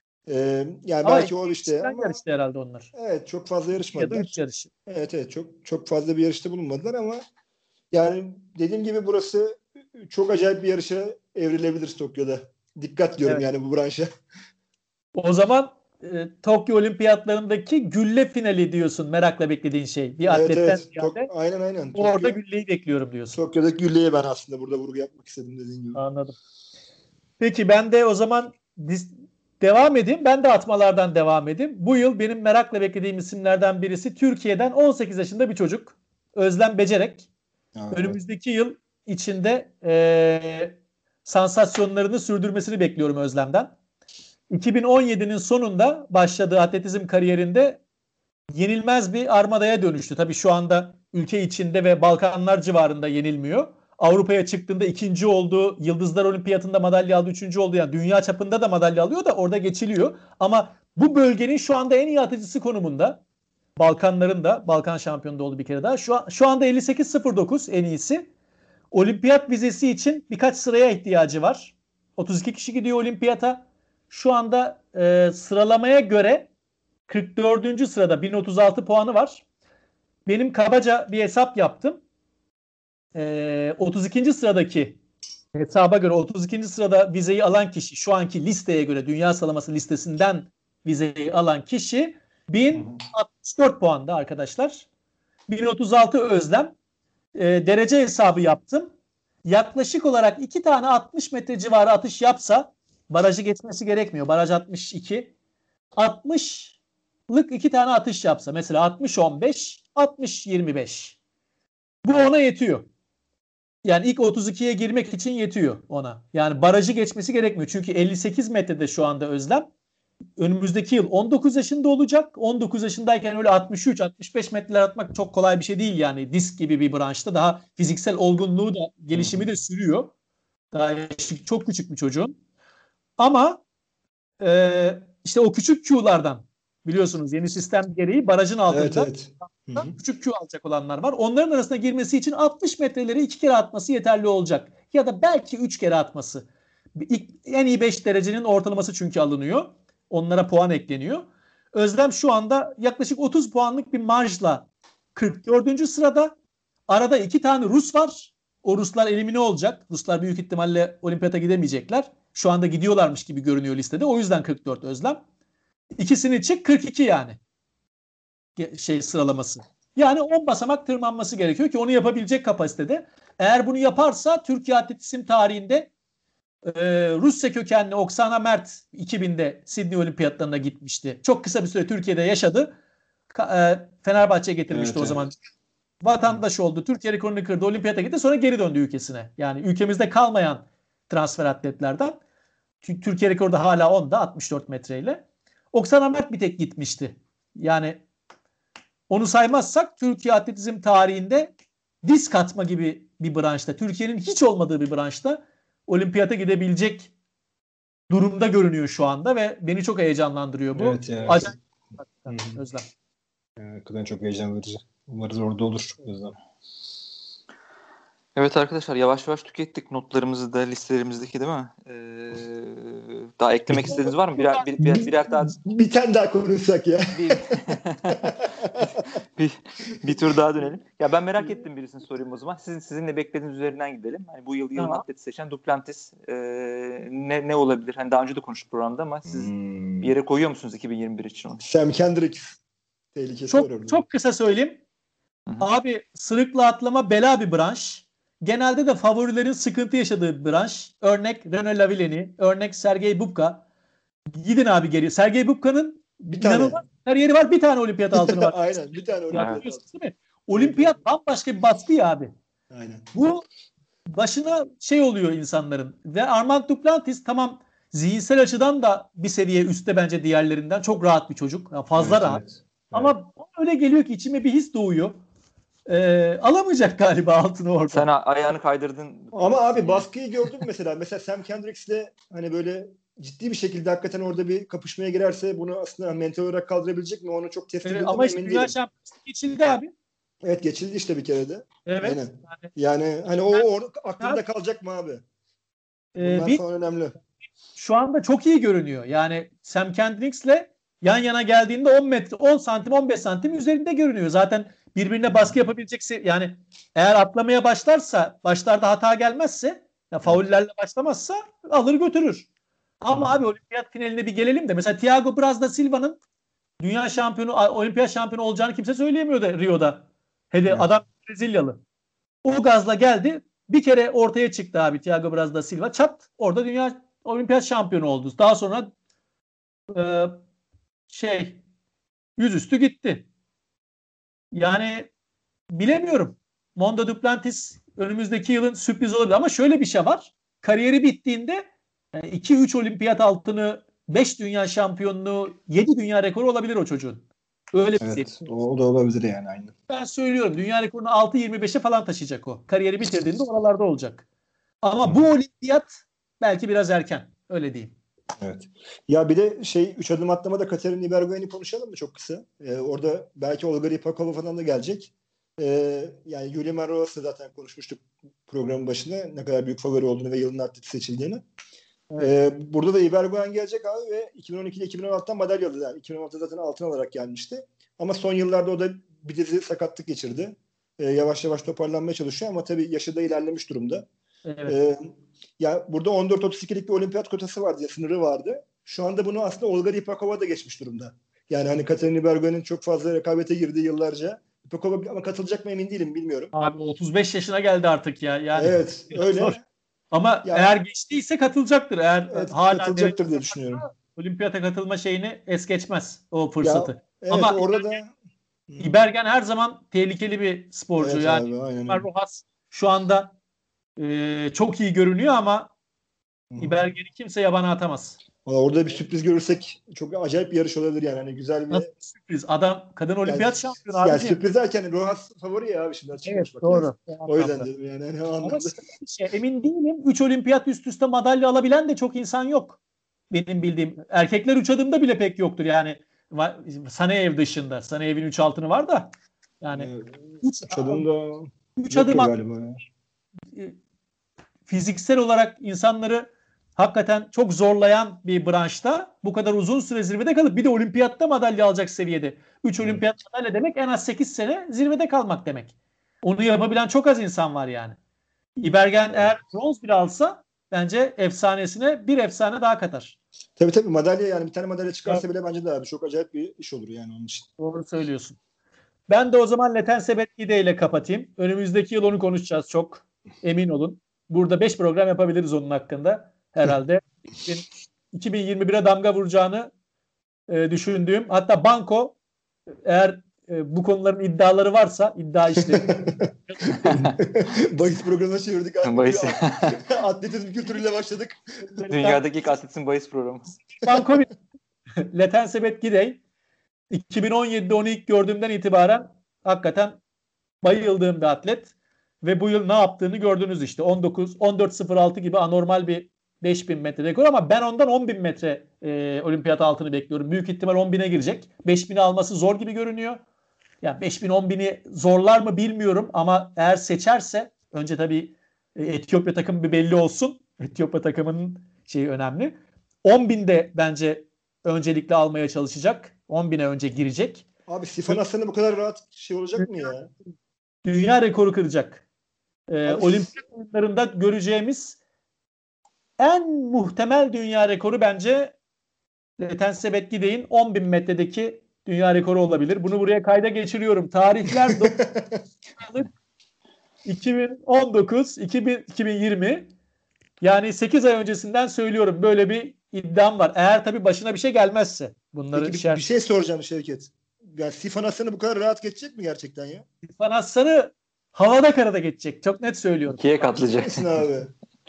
[SPEAKER 4] Yani ama belki o işte
[SPEAKER 5] ama yarıştı herhalde onlar.
[SPEAKER 4] Evet, çok fazla yarışmadılar.
[SPEAKER 5] Ya da 3 yarışı.
[SPEAKER 4] Evet çok fazla bir yarışta bulunmadılar ama yani dediğim gibi burası çok acayip bir yarışa evrilebilir Tokyo'da. Dikkat diyorum yani bu branşa.
[SPEAKER 5] O zaman Tokyo Olimpiyatlarındaki gülle finali diyorsun, merakla beklediğin şey. Bir atletten ziyade.
[SPEAKER 4] Aynen.
[SPEAKER 5] Orada gülleyi bekliyorum diyorsun.
[SPEAKER 4] Tokyo'daki gülleye ben aslında burada vurgu yapmak istedim dediğin gibi.
[SPEAKER 5] Anladım. Peki ben de o zaman devam edeyim. Ben de atmalardan devam edeyim. Bu yıl benim merakla beklediğim isimlerden birisi Türkiye'den 18 yaşında bir çocuk. Özlem Becerek. Önümüzdeki yıl içinde sansasyonlarını sürdürmesini bekliyorum Özlem'den. 2017'nin sonunda başladığı atletizm kariyerinde yenilmez bir armadaya dönüştü. Tabii şu anda ülke içinde ve Balkanlar civarında yenilmiyor. Avrupa'ya çıktığında ikinci oldu. Yıldızlar Olimpiyatında madalya aldı. Üçüncü oldu. Yani dünya çapında da madalya alıyor da orada geçiliyor. Ama bu bölgenin şu anda en iyi atıcısı konumunda. Balkanların da Balkan şampiyonu da oldu bir kere daha. Şu anda 58.09 en iyisi. Olimpiyat vizesi için birkaç sıraya ihtiyacı var. 32 kişi gidiyor olimpiyata. Şu anda sıralamaya göre 44. sırada 1036 puanı var. Benim kabaca bir hesap yaptım. 32. sıradaki hesaba göre 32. sırada vizeyi alan kişi, şu anki listeye göre dünya sıralaması listesinden vizeyi alan kişi 1064 puanda arkadaşlar. 1036 Özlem. Derece hesabı yaptım. Yaklaşık olarak 2 tane 60 metre civarı atış yapsa barajı geçmesi gerekmiyor. Baraj 62. 60'lık 2 tane atış yapsa mesela 60-15, 60-25. Bu ona yetiyor. Yani ilk 32'ye girmek için yetiyor ona. Yani barajı geçmesi gerekmiyor. Çünkü 58 metrede şu anda Özlem. Önümüzdeki yıl 19 yaşında olacak. 19 yaşındayken öyle 63-65 metreler atmak çok kolay bir şey değil yani. Disk gibi bir branşta daha fiziksel olgunluğu da gelişimi de sürüyor. Daha çok küçük bir çocuğun. Ama işte o küçük Q'lardan biliyorsunuz yeni sistem gereği barajın altında küçük Q alacak olanlar var. Onların arasına girmesi için 60 metreleri 2 kere atması yeterli olacak. Ya da belki 3 kere atması. En iyi 5 derecenin ortalaması çünkü alınıyor. Onlara puan ekleniyor. Özlem şu anda yaklaşık 30 puanlık bir marjla 44. sırada. Arada 2 tane Rus var. O Ruslar elimine olacak. Ruslar büyük ihtimalle olimpiyata gidemeyecekler. Şu anda gidiyorlarmış gibi görünüyor listede. O yüzden 44 Özlem. İkisini çık 42 yani. Sıralaması. Yani 10 basamak tırmanması gerekiyor ki onu yapabilecek kapasitede. Eğer bunu yaparsa Türkiye atletizm tarihinde Rusya kökenli Oksana Mert 2000'de Sydney Olimpiyatlarına gitmişti. Çok kısa bir süre Türkiye'de yaşadı. Fenerbahçe'ye getirmişti o zaman. Vatandaş oldu. Türkiye rekorunu kırdı. Olimpiyata gitti. Sonra geri döndü ülkesine. Yani ülkemizde kalmayan transfer atletlerden. Türkiye rekoru da hala 10'da 64 metreyle. Oksana Mert bir tek gitmişti. Yani onu saymazsak Türkiye atletizm tarihinde disk atma gibi bir branşta, Türkiye'nin hiç olmadığı bir branşta olimpiyata gidebilecek durumda görünüyor şu anda ve beni çok heyecanlandırıyor bu.
[SPEAKER 4] Evet ya.
[SPEAKER 5] Acayip. Özlem.
[SPEAKER 4] Hakikaten çok heyecan verici. Umarız orada olur Özlem.
[SPEAKER 3] Evet arkadaşlar yavaş yavaş tükettik notlarımızı da listelerimizdeki değil mi? Daha eklemek istediğiniz var mı? Birer daha
[SPEAKER 4] bir tane daha konuşsak ya.
[SPEAKER 3] bir tur daha dönelim. Ya ben merak ettim birisini sorayım o zaman. Sizinle beklediğiniz üzerinden gidelim. Hani bu yılın atleti seçen Duplantis ne olabilir? Hani daha önce de konuştuk programda ama siz bir yere koyuyor musunuz 2021 için onu?
[SPEAKER 4] Sam Kendrick tehlikesi var orada.
[SPEAKER 5] Çok kısa söyleyeyim. Hı-hı. Abi sırıkla atlama bela bir branş. Genelde de favorilerin sıkıntı yaşadığı bir branş. Örnek Renaud Lavillenie, örnek Sergey Bubka. Gidin abi geliyor. Sergey Bubka'nın
[SPEAKER 4] bir tane
[SPEAKER 5] kariyeri var. Bir tane olimpiyat altını var.
[SPEAKER 4] Aynen. Bir tane olimpiyat
[SPEAKER 5] altını. Değil mi? Olimpiyat bambaşka bir baskı ya abi.
[SPEAKER 4] Aynen.
[SPEAKER 5] Bu başına oluyor insanların. Ve Armand Duplantis tamam zihinsel açıdan da bir seviye üstte bence diğerlerinden. Çok rahat bir çocuk. Yani fazla rahat. Evet. Ama öyle geliyor ki içime bir his doğuyor. Alamayacak galiba altını orada.
[SPEAKER 3] Sen ayağını kaydırdın.
[SPEAKER 4] Ama abi baskıyı gördün mesela. Mesela Sam Kendricks'le hani böyle ciddi bir şekilde hakikaten orada bir kapışmaya girerse bunu aslında mental olarak kaldırabilecek mi? Onu çok test edildi
[SPEAKER 5] ama emin değilim. Ama şampiyonası geçildi abi.
[SPEAKER 4] Evet geçildi işte bir kere de.
[SPEAKER 5] Evet.
[SPEAKER 4] Aynen. Yani hani o aklında kalacak mı abi? Bunlar falan önemli.
[SPEAKER 5] Şu anda çok iyi görünüyor. Yani Sam Kendricks'le yan yana geldiğinde 10 metre, 10 santim, 15 santim üzerinde görünüyor. Zaten birbirine baskı yapabilecekse yani eğer atlamaya başlarsa, başlarda hata gelmezse, ya faullerle başlamazsa alır götürür. Ama abi olimpiyat finaline bir gelelim de mesela Thiago Braz da Silva'nın dünya şampiyonu, olimpiyat şampiyonu olacağını kimse söyleyemiyordu Rio'da. Hele adam Brezilyalı. O gazla geldi. Bir kere ortaya çıktı abi Thiago Braz da Silva. Çat orada dünya olimpiyat şampiyonu oldu. Daha sonra yüzüstü gitti. Yani bilemiyorum. Mondo Duplantis önümüzdeki yılın sürpriz olabilir. Ama şöyle bir şey var. Kariyeri bittiğinde 2-3 olimpiyat altını, 5 dünya şampiyonluğu, 7 dünya rekoru olabilir o çocuğun. Öyle bir
[SPEAKER 4] şey. O da olabilir yani aynı.
[SPEAKER 5] Ben söylüyorum. Dünya rekorunu 6.25'e falan taşıyacak o. Kariyeri bitirdiğinde oralarda olacak. Ama bu olimpiyat belki biraz erken. Öyle diyeyim.
[SPEAKER 4] Evet. Ya bir de 3 adım atlamada Katerina Ibergoyen'i konuşalım mı çok kısa? Orada belki Olga Ripakova falan da gelecek. Yani Yulia Roas'la zaten konuşmuştuk programın başında ne kadar büyük favori olduğunu ve yılın atleti seçildiğini. Evet. Burada da Ibergoyen gelecek abi ve 2012 ile 2016'dan madalyalı. Yani 2016'da zaten altın olarak gelmişti. Ama son yıllarda o da bir dizi sakatlık geçirdi. Yavaş yavaş toparlanmaya çalışıyor ama tabii yaşı da ilerlemiş durumda.
[SPEAKER 5] Evet.
[SPEAKER 4] Ya burada 14-32'lik bir olimpiyat kotası vardı, sınırı vardı. Şu anda bunu aslında Olga Ripakova da geçmiş durumda. Yani hani Katerina Ibergoyen'in çok fazla rekabete girdiği yıllarca. Ripakova ama katılacak mı emin değilim, bilmiyorum.
[SPEAKER 5] Abi 35 yaşına geldi artık ya. Yani
[SPEAKER 4] evet, öyle.
[SPEAKER 5] Zor. Ama yani, eğer geçtiyse katılacaktır. Eğer
[SPEAKER 4] evet,
[SPEAKER 5] hala
[SPEAKER 4] katılacaktır diye düşünüyorum.
[SPEAKER 5] Olimpiyata katılma şeyini es geçmez o fırsatı.
[SPEAKER 4] Ya, evet,
[SPEAKER 5] ama
[SPEAKER 4] orada da
[SPEAKER 5] Ibergen her zaman tehlikeli bir sporcu.
[SPEAKER 4] Evet,
[SPEAKER 5] yani
[SPEAKER 4] abi, aynen.
[SPEAKER 5] Rojas şu anda çok iyi görünüyor ama İbergen'i kimse yabana atamaz.
[SPEAKER 4] Orada bir sürpriz görürsek çok acayip bir yarış olabilir yani. Hani güzel bir
[SPEAKER 5] Nasıl sürpriz? Adam kadın olimpiyat şampiyonu
[SPEAKER 4] yani
[SPEAKER 5] abiciğim.
[SPEAKER 4] sürpriz derken Rojas favori ya abi şimdi açıklamış.
[SPEAKER 5] Evet, doğru.
[SPEAKER 4] O yüzden dedim yani. Hani o anlamda.
[SPEAKER 5] Ama emin değilim. 3 olimpiyat üst üste madalya alabilen de çok insan yok. Benim bildiğim. Erkekler 3 adımda bile pek yoktur yani. Saneyev dışında. Sanayev'in 3 altını var da. Yani
[SPEAKER 4] 3 adımda
[SPEAKER 5] 3 adım
[SPEAKER 4] galiba ya.
[SPEAKER 5] Fiziksel olarak insanları hakikaten çok zorlayan bir branşta bu kadar uzun süre zirvede kalıp bir de olimpiyatta madalya alacak seviyede. 3 olimpiyat madalya demek en az 8 sene zirvede kalmak demek. Onu yapabilen çok az insan var yani. İbergen eğer bronz bile alsa bence efsanesine bir efsane daha katar.
[SPEAKER 4] Tabii madalya yani bir tane madalya çıkarsa bile bence de abi çok acayip bir iş olur yani onun için.
[SPEAKER 5] Doğru söylüyorsun. Ben de o zaman Letense Betgide ile kapatayım. Önümüzdeki yıl onu konuşacağız çok. Emin olun. Burada 5 program yapabiliriz onun hakkında. Herhalde 2021'e damga vuracağını düşündüğüm. Hatta banko eğer bu konuların iddiaları varsa iddia işleri.
[SPEAKER 4] Bahis programına çevirdik abi.
[SPEAKER 3] Bahis.
[SPEAKER 4] Atletizm kültürüyle başladık.
[SPEAKER 3] Dünyadaki ilk atletizm bahis programı.
[SPEAKER 5] Banko Letense Betgide 2017'de onu ilk gördüğümden itibaren hakikaten bayıldığım bir atlet ve bu yıl ne yaptığını gördünüz işte 14.06 gibi anormal bir 5.000 metre rekor ama ben ondan 10.000 metre olimpiyat altını bekliyorum. Büyük ihtimal 10.000'e girecek. 5.000'i alması zor gibi görünüyor. Yani 5.000 10.000'i zorlar mı bilmiyorum ama eğer seçerse önce tabii Etiyopya takımı bir belli olsun. Etiyopya takımının şeyi önemli. 10.000'de bence öncelikle almaya çalışacak. 10.000'e önce girecek.
[SPEAKER 4] Abi Sifan Aslan'ı bu kadar rahat şey olacak mı ya?
[SPEAKER 5] Dünya rekoru kıracak. Olimpiyat oyunlarında göreceğimiz en muhtemel dünya rekoru bence Letense Betgide'nin 10.000 metredeki dünya rekoru olabilir. Bunu buraya kayda geçiriyorum. Tarihler 2019, 2020 yani 8 ay öncesinden söylüyorum. Böyle bir iddiam var. Eğer tabii başına bir şey gelmezse. Bunları
[SPEAKER 4] Peki bir şey soracağım Şevket. Yani Sifan Aslan'ı bu kadar rahat geçecek mi gerçekten ya?
[SPEAKER 5] Sifan Aslan'ı havada karada geçecek. Çok net söylüyorum.
[SPEAKER 3] 2'ye katlayacak.
[SPEAKER 4] abi.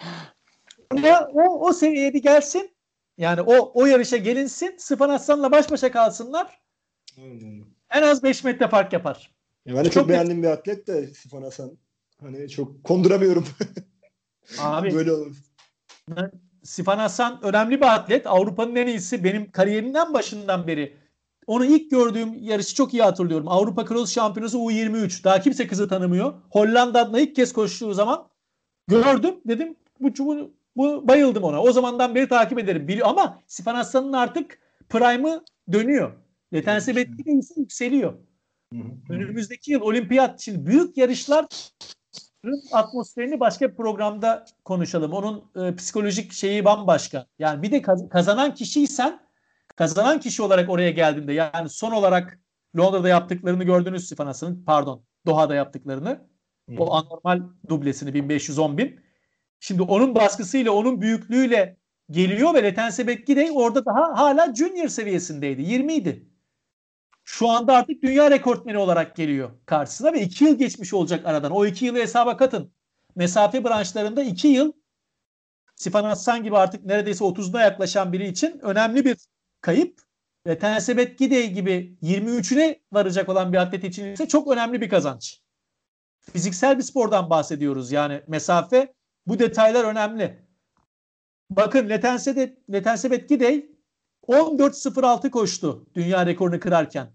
[SPEAKER 5] O seviyeye bir gelsin. Yani o yarışa gelinsin. Sifan Aslan'la baş başa kalsınlar. En az 5 metre fark yapar.
[SPEAKER 4] Ya ben de çok beğendiğim bir atlet de Sifan Aslan. Hani çok konduramıyorum.
[SPEAKER 5] Abi
[SPEAKER 4] böyle olur.
[SPEAKER 5] Sifan Aslan önemli bir atlet. Avrupa'nın en iyisi. Benim kariyerimden başından beri. Onu ilk gördüğüm yarışı çok iyi hatırlıyorum. Avrupa Cross Şampiyonası U23. Daha kimse kızı tanımıyor. Hollanda'da ilk kez koştuğu zaman gördüm. Dedim bu bayıldım ona. O zamandan beri takip ederim. Ama Sifan Aslan'ın artık prime'ı dönüyor. Letense Betgide ise yükseliyor. Önümüzdeki yıl olimpiyat. Şimdi büyük yarışlar atmosferini başka bir programda konuşalım. Onun psikolojik şeyi bambaşka. Yani bir de kazanan kişiysen kazanan kişi olarak oraya geldiğinde yani son olarak Londra'da yaptıklarını gördünüz Sifan Aslan'ın. Pardon, Doha'da yaptıklarını. O anormal dublesini 1510.000. Şimdi onun baskısıyla, onun büyüklüğüyle geliyor ve Letense Betgide orada daha hala junior seviyesindeydi. 20 idi. Şu anda artık dünya rekortmeni olarak geliyor karşısına ve 2 yıl geçmiş olacak aradan. O 2 yılı hesaba katın. Mesafe branşlarında 2 yıl Sifan Aslan gibi artık neredeyse 30'una yaklaşan biri için önemli bir kayıp. Letense Betgide gibi 23'üne varacak olan bir atlet için ise çok önemli bir kazanç. Fiziksel bir spordan bahsediyoruz. Yani mesafe, bu detaylar önemli. Bakın Letense Betgide 14.06 koştu dünya rekorunu kırarken.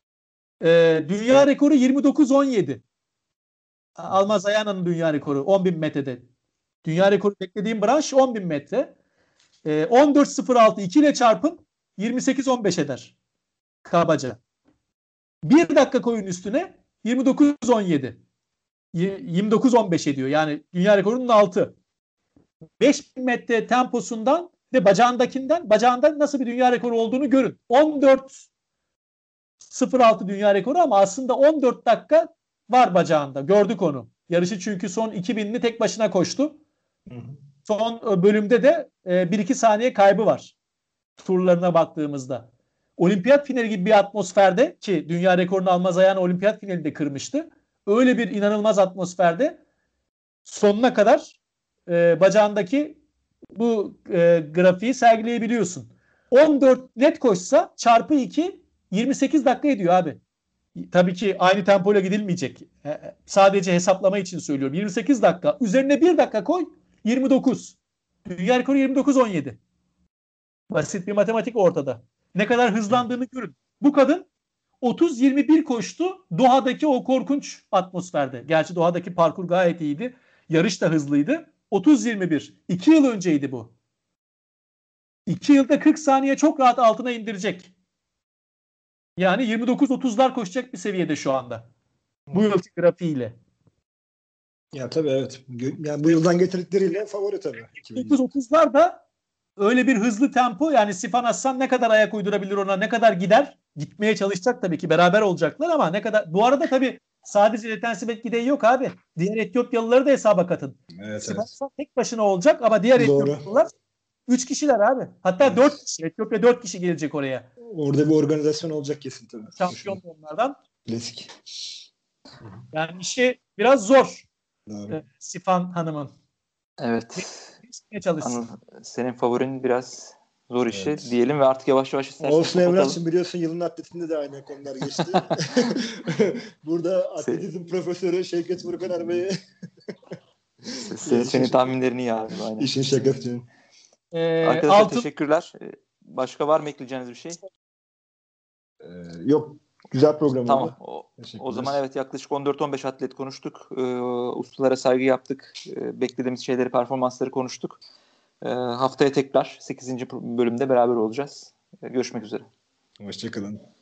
[SPEAKER 5] Dünya rekoru 29.17. Almaz Ayana'nın dünya rekoru 10.000 metrede. Dünya rekoru beklediğim branş 10.000 metre. 14.06 2 ile çarpın 28.15 eder. Kabaca. 1 dakika koyun üstüne 29.17. 29.15 ediyor. Yani dünya rekorunun altı. 5.000 metre temposundan ve bacağında nasıl bir dünya rekoru olduğunu görün. 14.06 dünya rekoru ama aslında 14 dakika var bacağında. Gördük onu. Yarışı çünkü son 2000'ini tek başına koştu. Son bölümde de 1-2 saniye kaybı var. Turlarına baktığımızda. Olimpiyat finali gibi bir atmosferde ki dünya rekorunu Almaz Ayağını olimpiyat finalinde kırmıştı. Öyle bir inanılmaz atmosferde sonuna kadar bacağındaki bu grafiği sergileyebiliyorsun. 14 net koşsa çarpı 2 28 dakika ediyor abi. Tabii ki aynı tempoyla gidilmeyecek. Sadece hesaplama için söylüyorum. 28 dakika. Üzerine 1 dakika koy 29. Dünya rekoru 29-17. Basit bir matematik ortada. Ne kadar hızlandığını görün. Bu kadın 30-21 koştu Doha'daki o korkunç atmosferde. Gerçi Doha'daki parkur gayet iyiydi. Yarış da hızlıydı. 30-21. 2 yıl önceydi bu. 2 yılda 40 saniye çok rahat altına indirecek. Yani 29-30'lar koşacak bir seviyede şu anda. Bu yılki grafiğiyle.
[SPEAKER 4] Ya tabii evet. Yani bu yıldan getirdikleriyle favori tabii.
[SPEAKER 5] 29-30'lar da öyle bir hızlı tempo, yani Sifan Hassan ne kadar ayak uydurabilir ona, ne kadar gider? Gitmeye çalışacak tabii ki, beraber olacaklar ama ne kadar. Bu arada tabii sadece Letensibet Gidey yok abi. Diğer Etiyopyalıları da hesaba katın.
[SPEAKER 4] Evet,
[SPEAKER 5] Sifan
[SPEAKER 4] evet.
[SPEAKER 5] Hassan tek başına olacak ama diğer Etiyopyalılar 3 kişiler abi. Hatta
[SPEAKER 4] Evet.
[SPEAKER 5] 4 kişi. Etiyopya 4 kişi gelecek oraya.
[SPEAKER 4] Orada bir organizasyon olacak kesin tabii.
[SPEAKER 5] Şampiyon onlardan.
[SPEAKER 4] Klasik.
[SPEAKER 5] Yani işi biraz zor.
[SPEAKER 4] Doğru.
[SPEAKER 5] Sifan Hanım'ın.
[SPEAKER 3] Evet.
[SPEAKER 5] Çalışsın.
[SPEAKER 3] Anıl, senin favorin biraz zor işi
[SPEAKER 4] Evet.
[SPEAKER 3] diyelim ve artık yavaş yavaş istersen
[SPEAKER 4] Olsun
[SPEAKER 3] kapatalım.
[SPEAKER 4] Emrah'cığım, biliyorsun yılın atletinde de aynı konular geçti. Burada atletizm profesörü Şevket Furkan Bey'e
[SPEAKER 3] senin tahminlerin iyi abi. Aynen.
[SPEAKER 4] işin şakası.
[SPEAKER 3] Arkadaşlar teşekkürler. Başka var mı ekleyeceğiniz bir şey?
[SPEAKER 4] Yok. Güzel program
[SPEAKER 3] tamam.
[SPEAKER 4] oldu.
[SPEAKER 3] O zaman evet, yaklaşık 14-15 atlet konuştuk. Ustalara saygı yaptık. Beklediğimiz şeyleri, performansları konuştuk. Haftaya tekrar 8. bölümde beraber olacağız. Görüşmek üzere.
[SPEAKER 4] Hoşçakalın.